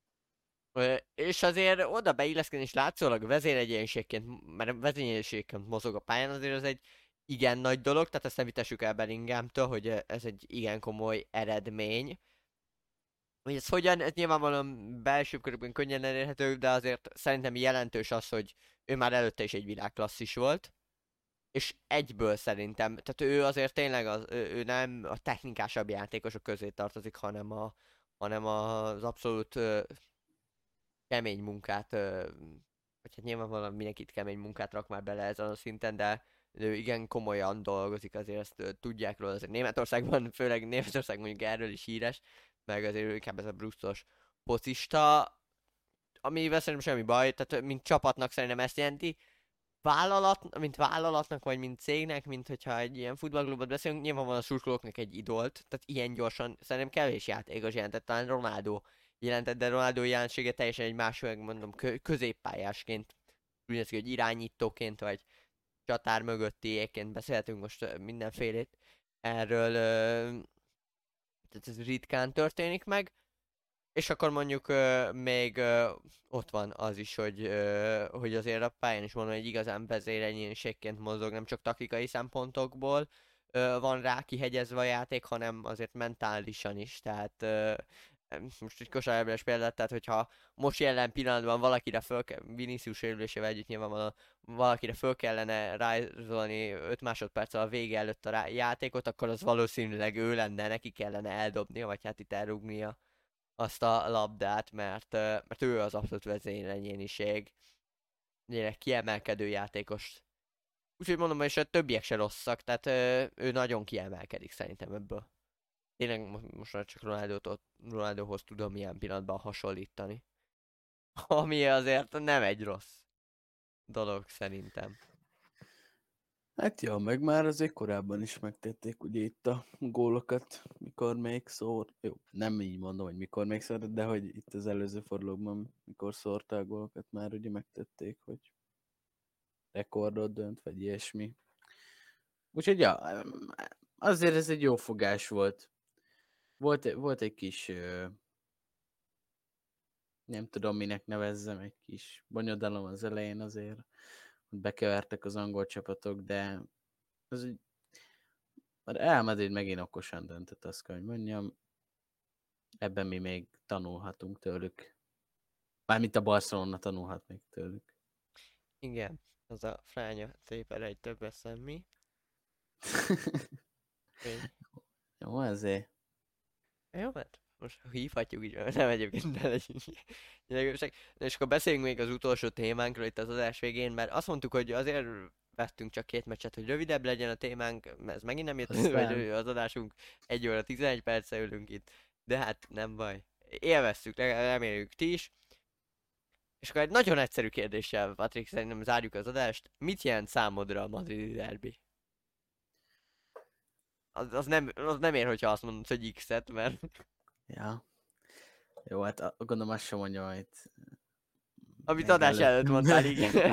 És azért oda beilleszkedni is látszólag vezéregyéniségként, mert vezéregyéniségként mozog a pályán, azért az egy igen nagy dolog, tehát ezt nem vitessük el Bellinghamtől, hogy ez egy igen komoly eredmény. Hogy ez hogyan, ez nyilvánvalóan belső körülbelül könnyen elérhető, de azért szerintem jelentős az, hogy ő már előtte is egy világklasszis volt. És egyből szerintem, tehát ő azért tényleg ő nem a technikásabb játékosok közé tartozik, hanem az abszolút kemény munkát, vagy vagy hát nyilvánvalóan mindenkit kemény munkát rak már bele ezen a szinten, de ő igen komolyan dolgozik, azért ezt tudják róla, azért Németországban, főleg Németország mondjuk erről is híres, meg azért ő inkább ez a brusztos focista, amivel szerintem semmi baj, tehát mint csapatnak szerintem ezt jelenti, mint vállalatnak, vagy mint cégnek, mint hogyha egy ilyen futballklubot beszélünk, nyilván van a szurkolóknak egy idolt, tehát ilyen gyorsan szerintem kevés játékos jelentett, talán Ronaldo jelentett, de Ronaldo jelensége teljesen egy más, mondom, középpályásként, úgy néz ki, hogy irányítóként, vagy csatár mögöttiéként beszélhetünk most mindenfélét erről, tehát ez ritkán történik meg. És akkor mondjuk még ott van az is, hogy azért a pályán is mondom, hogy igazán vezéregyéniségként mozog, nem csak taktikai szempontokból van rá kihegyezve a játék, hanem azért mentálisan is, tehát most egy kosárlabdás példát, tehát hogyha most jelen pillanatban valakire Vinicius sérülésével együtt nyilvánvalóan valakire föl kellene rajzolni 5 másodperccel a vége előtt a játékot, akkor az valószínűleg ő lenne, neki kellene eldobnia, vagy hát itt elrúgnia azt a labdát, mert ő az abszolút vezéregyéniség, kiemelkedő játékos. Úgyhogy mondom, és a többiek se rosszak, tehát ő nagyon kiemelkedik szerintem ebből. Tényleg most már csak Ronaldohoz tudom ilyen pillanatban hasonlítani. Ami azért nem egy rossz dolog szerintem. Hát ja, meg már azért korábban is megtették ugye itt a gólokat, mikor még szór. Jó, nem így mondom, hogy mikor még szórt, de hogy itt az előző fordulókban, mikor szórta a gólokat, már ugye megtették, hogy rekordot dönt, vagy ilyesmi. Úgyhogy ja, azért ez egy jó fogás volt. Volt egy kis, nem tudom minek nevezzem, egy kis bonyodalom az elején azért, hogy bekevertek az angol csapatok, de az a Real Madrid megint okosan döntött, azt kell, hogy mondjam. Ebben mi még tanulhatunk tőlük. Mármint a Barcelona tanulhat még tőlük. Igen, az a fránya szépen egy több eszem mi. Jó, ezért. Jó, hát most hívhatjuk is, nem egyébként ne legyünk gyerekesek. És akkor beszéljünk még az utolsó témánkról itt az adás végén, mert azt mondtuk, hogy azért vettünk csak 2 meccset, hogy rövidebb legyen a témánk, ez megint nem jött, vagy az adásunk 1 óra 11 perccel ülünk itt, de hát nem baj. Élveztük, reméljük ti is. És akkor egy nagyon egyszerű kérdéssel, Patrik, szerintem zárjuk az adást. Mit jelent számodra a madridi derbi? Az nem ér, hogyha azt mondod, hogy X-et, mert... Ja. Jó, hát gondolom azt sem mondja, amit adás előtt mondtál, igen.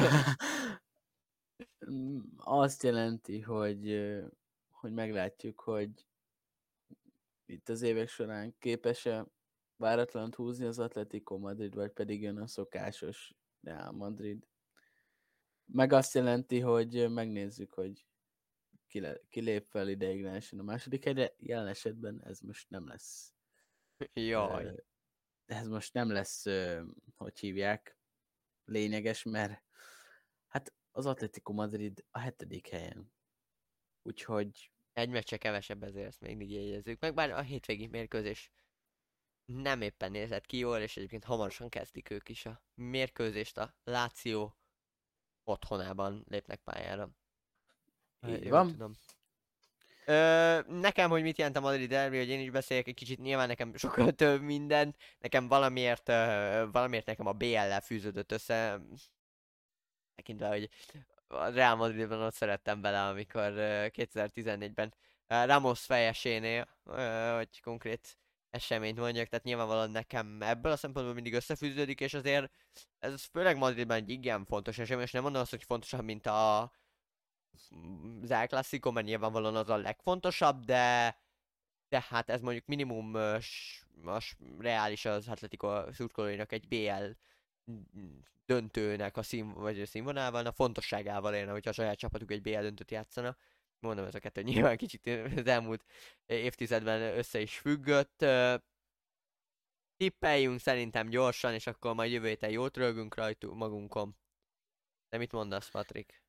Azt jelenti, hogy meglátjuk, hogy itt az évek során képes-e váratlant húzni az Atletico Madrid, vagy pedig jön a szokásos Real Madrid. Meg azt jelenti, hogy megnézzük, hogy ki lép fel ideiglenesen a második helyre. Jelen esetben ez most nem lesz. Jaj. Ez most nem lesz, hogy hívják, lényeges, mert hát az Atletico Madrid a 7. helyen. Úgyhogy... Egy meccse kevesebb, ezért ezt még mindig jegyezzük meg, bár a hétvégi mérkőzés nem éppen nézett ki jól, és egyébként hamarosan kezdik ők is a mérkőzést, a Lazio otthonában lépnek pályára. Így van. Tudom. Nekem, hogy mit jelent a madridi derbi, hogy én is beszéljek egy kicsit, nyilván nekem sokkal több minden, nekem valamiért nekem a BL-lel fűződött össze, tekintve, hogy a Real Madridban ott szerettem bele, amikor 2014-ben Ramos fejesénél, hogy konkrét eseményt mondjak, tehát nyilvánvalóan nekem ebből a szempontból mindig összefűződik, és azért ez főleg Madridban egy igen fontos esemény, és nem mondom azt, hogy fontosabb, mint az El Clasico, mert nyilvánvalóan az a legfontosabb, de hát ez mondjuk minimum reális az Atletico szurkolóinak egy BL döntőnek a színvonalával, a fontosságával élne, hogyha a saját csapatuk egy BL döntőt játszana. Mondom, ez a kettő nyilván kicsit az elmúlt évtizedben össze is függött. Tippeljünk szerintem gyorsan, és akkor majd jövő héten jót rögünk rajtuk magunkon. De mit mondasz, Patrik?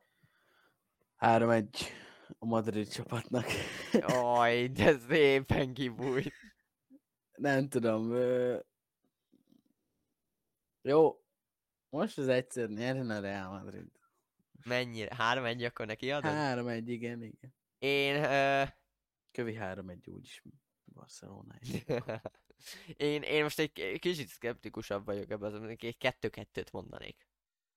3-1 a Madrid csapatnak. Jaj, de szépen kibújt. Nem tudom. Jó. Most az egyszer nyerjen a Real Madrid. Mennyire? 3-1, akkor neki adod? 3-1, igen. Én... Kövi 3-1 úgyis Barcelona. én most egy kicsit szkeptikusabb vagyok ebben, az egy 2-2-t mondanék.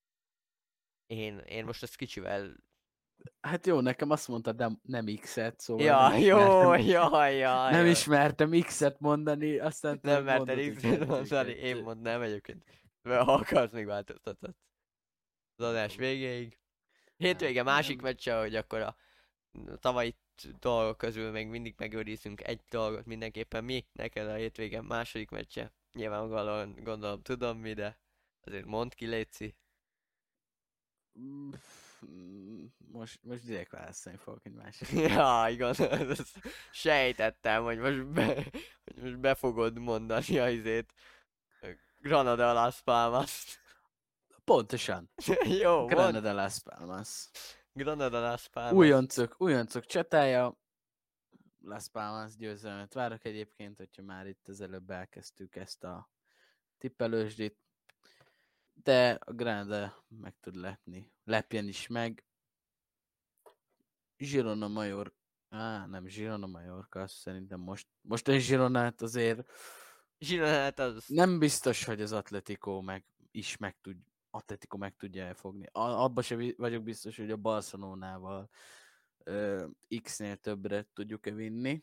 Én most ezt kicsivel... Hát jó, nekem azt mondta, de nem X-et, szóval Ja, nem jó, ismertem, nem jó. ismertem X-et mondani, aztán Nem merted mondod, X-et hogy mondani, 2-2. én mondnám egyébként. Mert ha akarsz, még változtatod. Az adás végéig. Hétvége másik meccse, hogy akkor a tavalyi dolgok közül még mindig megőrizzünk egy dolgot mindenképpen mi. Neked a hétvége második meccse. Nyilvánvalóan gondolom tudom mi, de azért mondd ki, létszi. Most direkt válaszolni fogok egy másik. Ja, igaz, sejtettem, hogy most be fogod mondani a izét. Granada Las Palmas. Pontosan. Jó, mondd. Granada Las Palmas. Granada Las Palmas. Újoncok csatája. Las Palmas győzelmet várok egyébként, hogyha már itt az előbb elkezdtük ezt a tippelősdit. De a Granada meg tud lepni. Lepjen is meg. Girona Major... nem Girona Mallorca, azt szerintem most egy Gironát azért... Zsinát az... Nem biztos, hogy az Atletico meg tudja elfogni. Abba sem vagyok biztos, hogy a Barcelonával X-nél többre tudjuk-e vinni.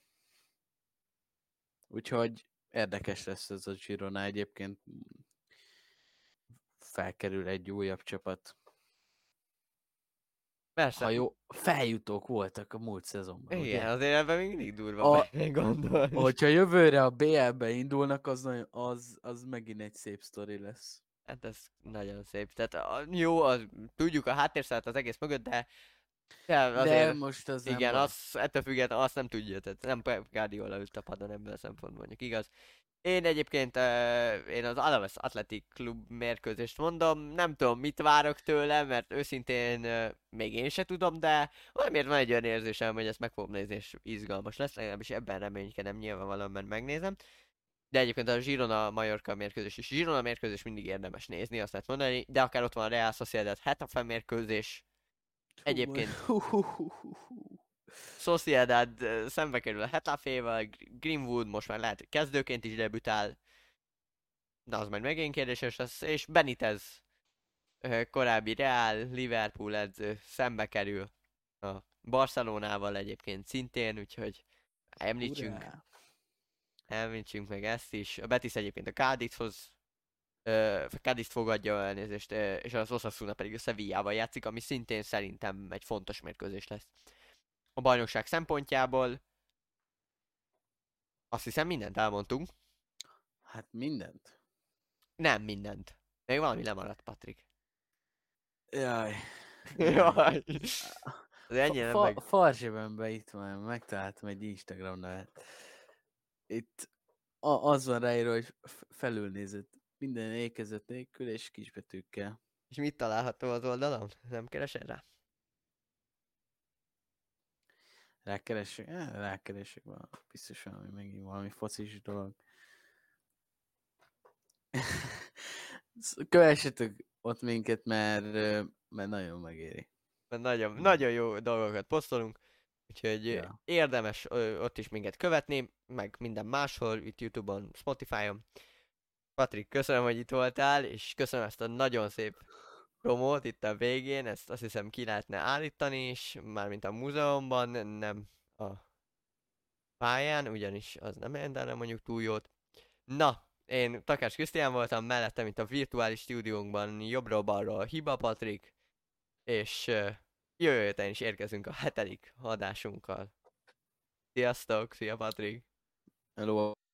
Úgyhogy érdekes lesz ez a Girona. Egyébként felkerül egy újabb csapat. Persze. Ha jó, feljutók voltak a múlt szezonban. Igen, ugye? azért ebben még mindig durva gondolni. Hogyha jövőre a BL-be indulnak, az megint egy szép sztori lesz. Hát ez nagyon szép. Tehát jó, tudjuk a háttérszállat az egész mögött, de azért, de most az igen, nem ettől függetlenül azt nem tudja, tehát nem Pep Guardiola ült a padon ebből a szempontból, mondjuk igaz. Én egyébként, én az Alaves Athletic Klub mérkőzést mondom, nem tudom mit várok tőle, mert őszintén még én se tudom, de valamiért van egy olyan érzésem, hogy ezt meg fogom nézni, és izgalmas lesz, legalábbis ebben reménykedem nyilvánvalóan, mert megnézem. De egyébként a Girona Mallorca mérkőzés is. Girona mérkőzés mindig érdemes nézni, azt lehet mondani, de akár ott van a Real Sociedad Getafe mérkőzés. Egyébként Sociedad szembe kerül a Getaféval, Greenwood most már lehet, hogy kezdőként is debütál, de az majd megint kérdéses lesz, és Benitez, korábbi Real, Liverpool edző, szembe kerül a Barcelonával egyébként szintén, úgyhogy említsünk meg ezt is. A Betis egyébként a Cádizt fogadja elnézést, és az Osasuna pedig a Sevillával játszik, ami szintén szerintem egy fontos mérkőzés lesz. A bajnokság szempontjából azt hiszem mindent elmondtunk. Hát mindent. Nem mindent. Még valami lemaradt, Patrik. Jaj. Jaj. Ez ennyire nem meg... Farzsebemben itt van, megtaláltam egy Instagram nevet. Itt az van ráírva, hogy felülnézett minden ékezet nélkül és kisbetűkkel. És mit található az oldalon? Nem keresed rá? Rákeresek biztos valami, megint valami focis dolog. Kövessetek ott minket, mert nagyon megéri. Mert nagyon jó dolgokat posztolunk, úgyhogy érdemes ott is minket követni, meg minden máshol, itt YouTube-on, Spotify-on. Patrik, köszönöm, hogy itt voltál, és köszönöm ezt a nagyon szép promót itt a végén, ezt azt hiszem ki lehetne állítani is, mármint a múzeumban, nem a pályán, ugyanis az nem jelentene mondjuk túl jót. Na, én Takács Krisztián voltam, mellettem itt a virtuális stúdiónkban jobbról-balról Hiba Patrik, és jövő héten is érkezünk a 7. adásunkkal. Sziasztok, szia Patrik! Hello!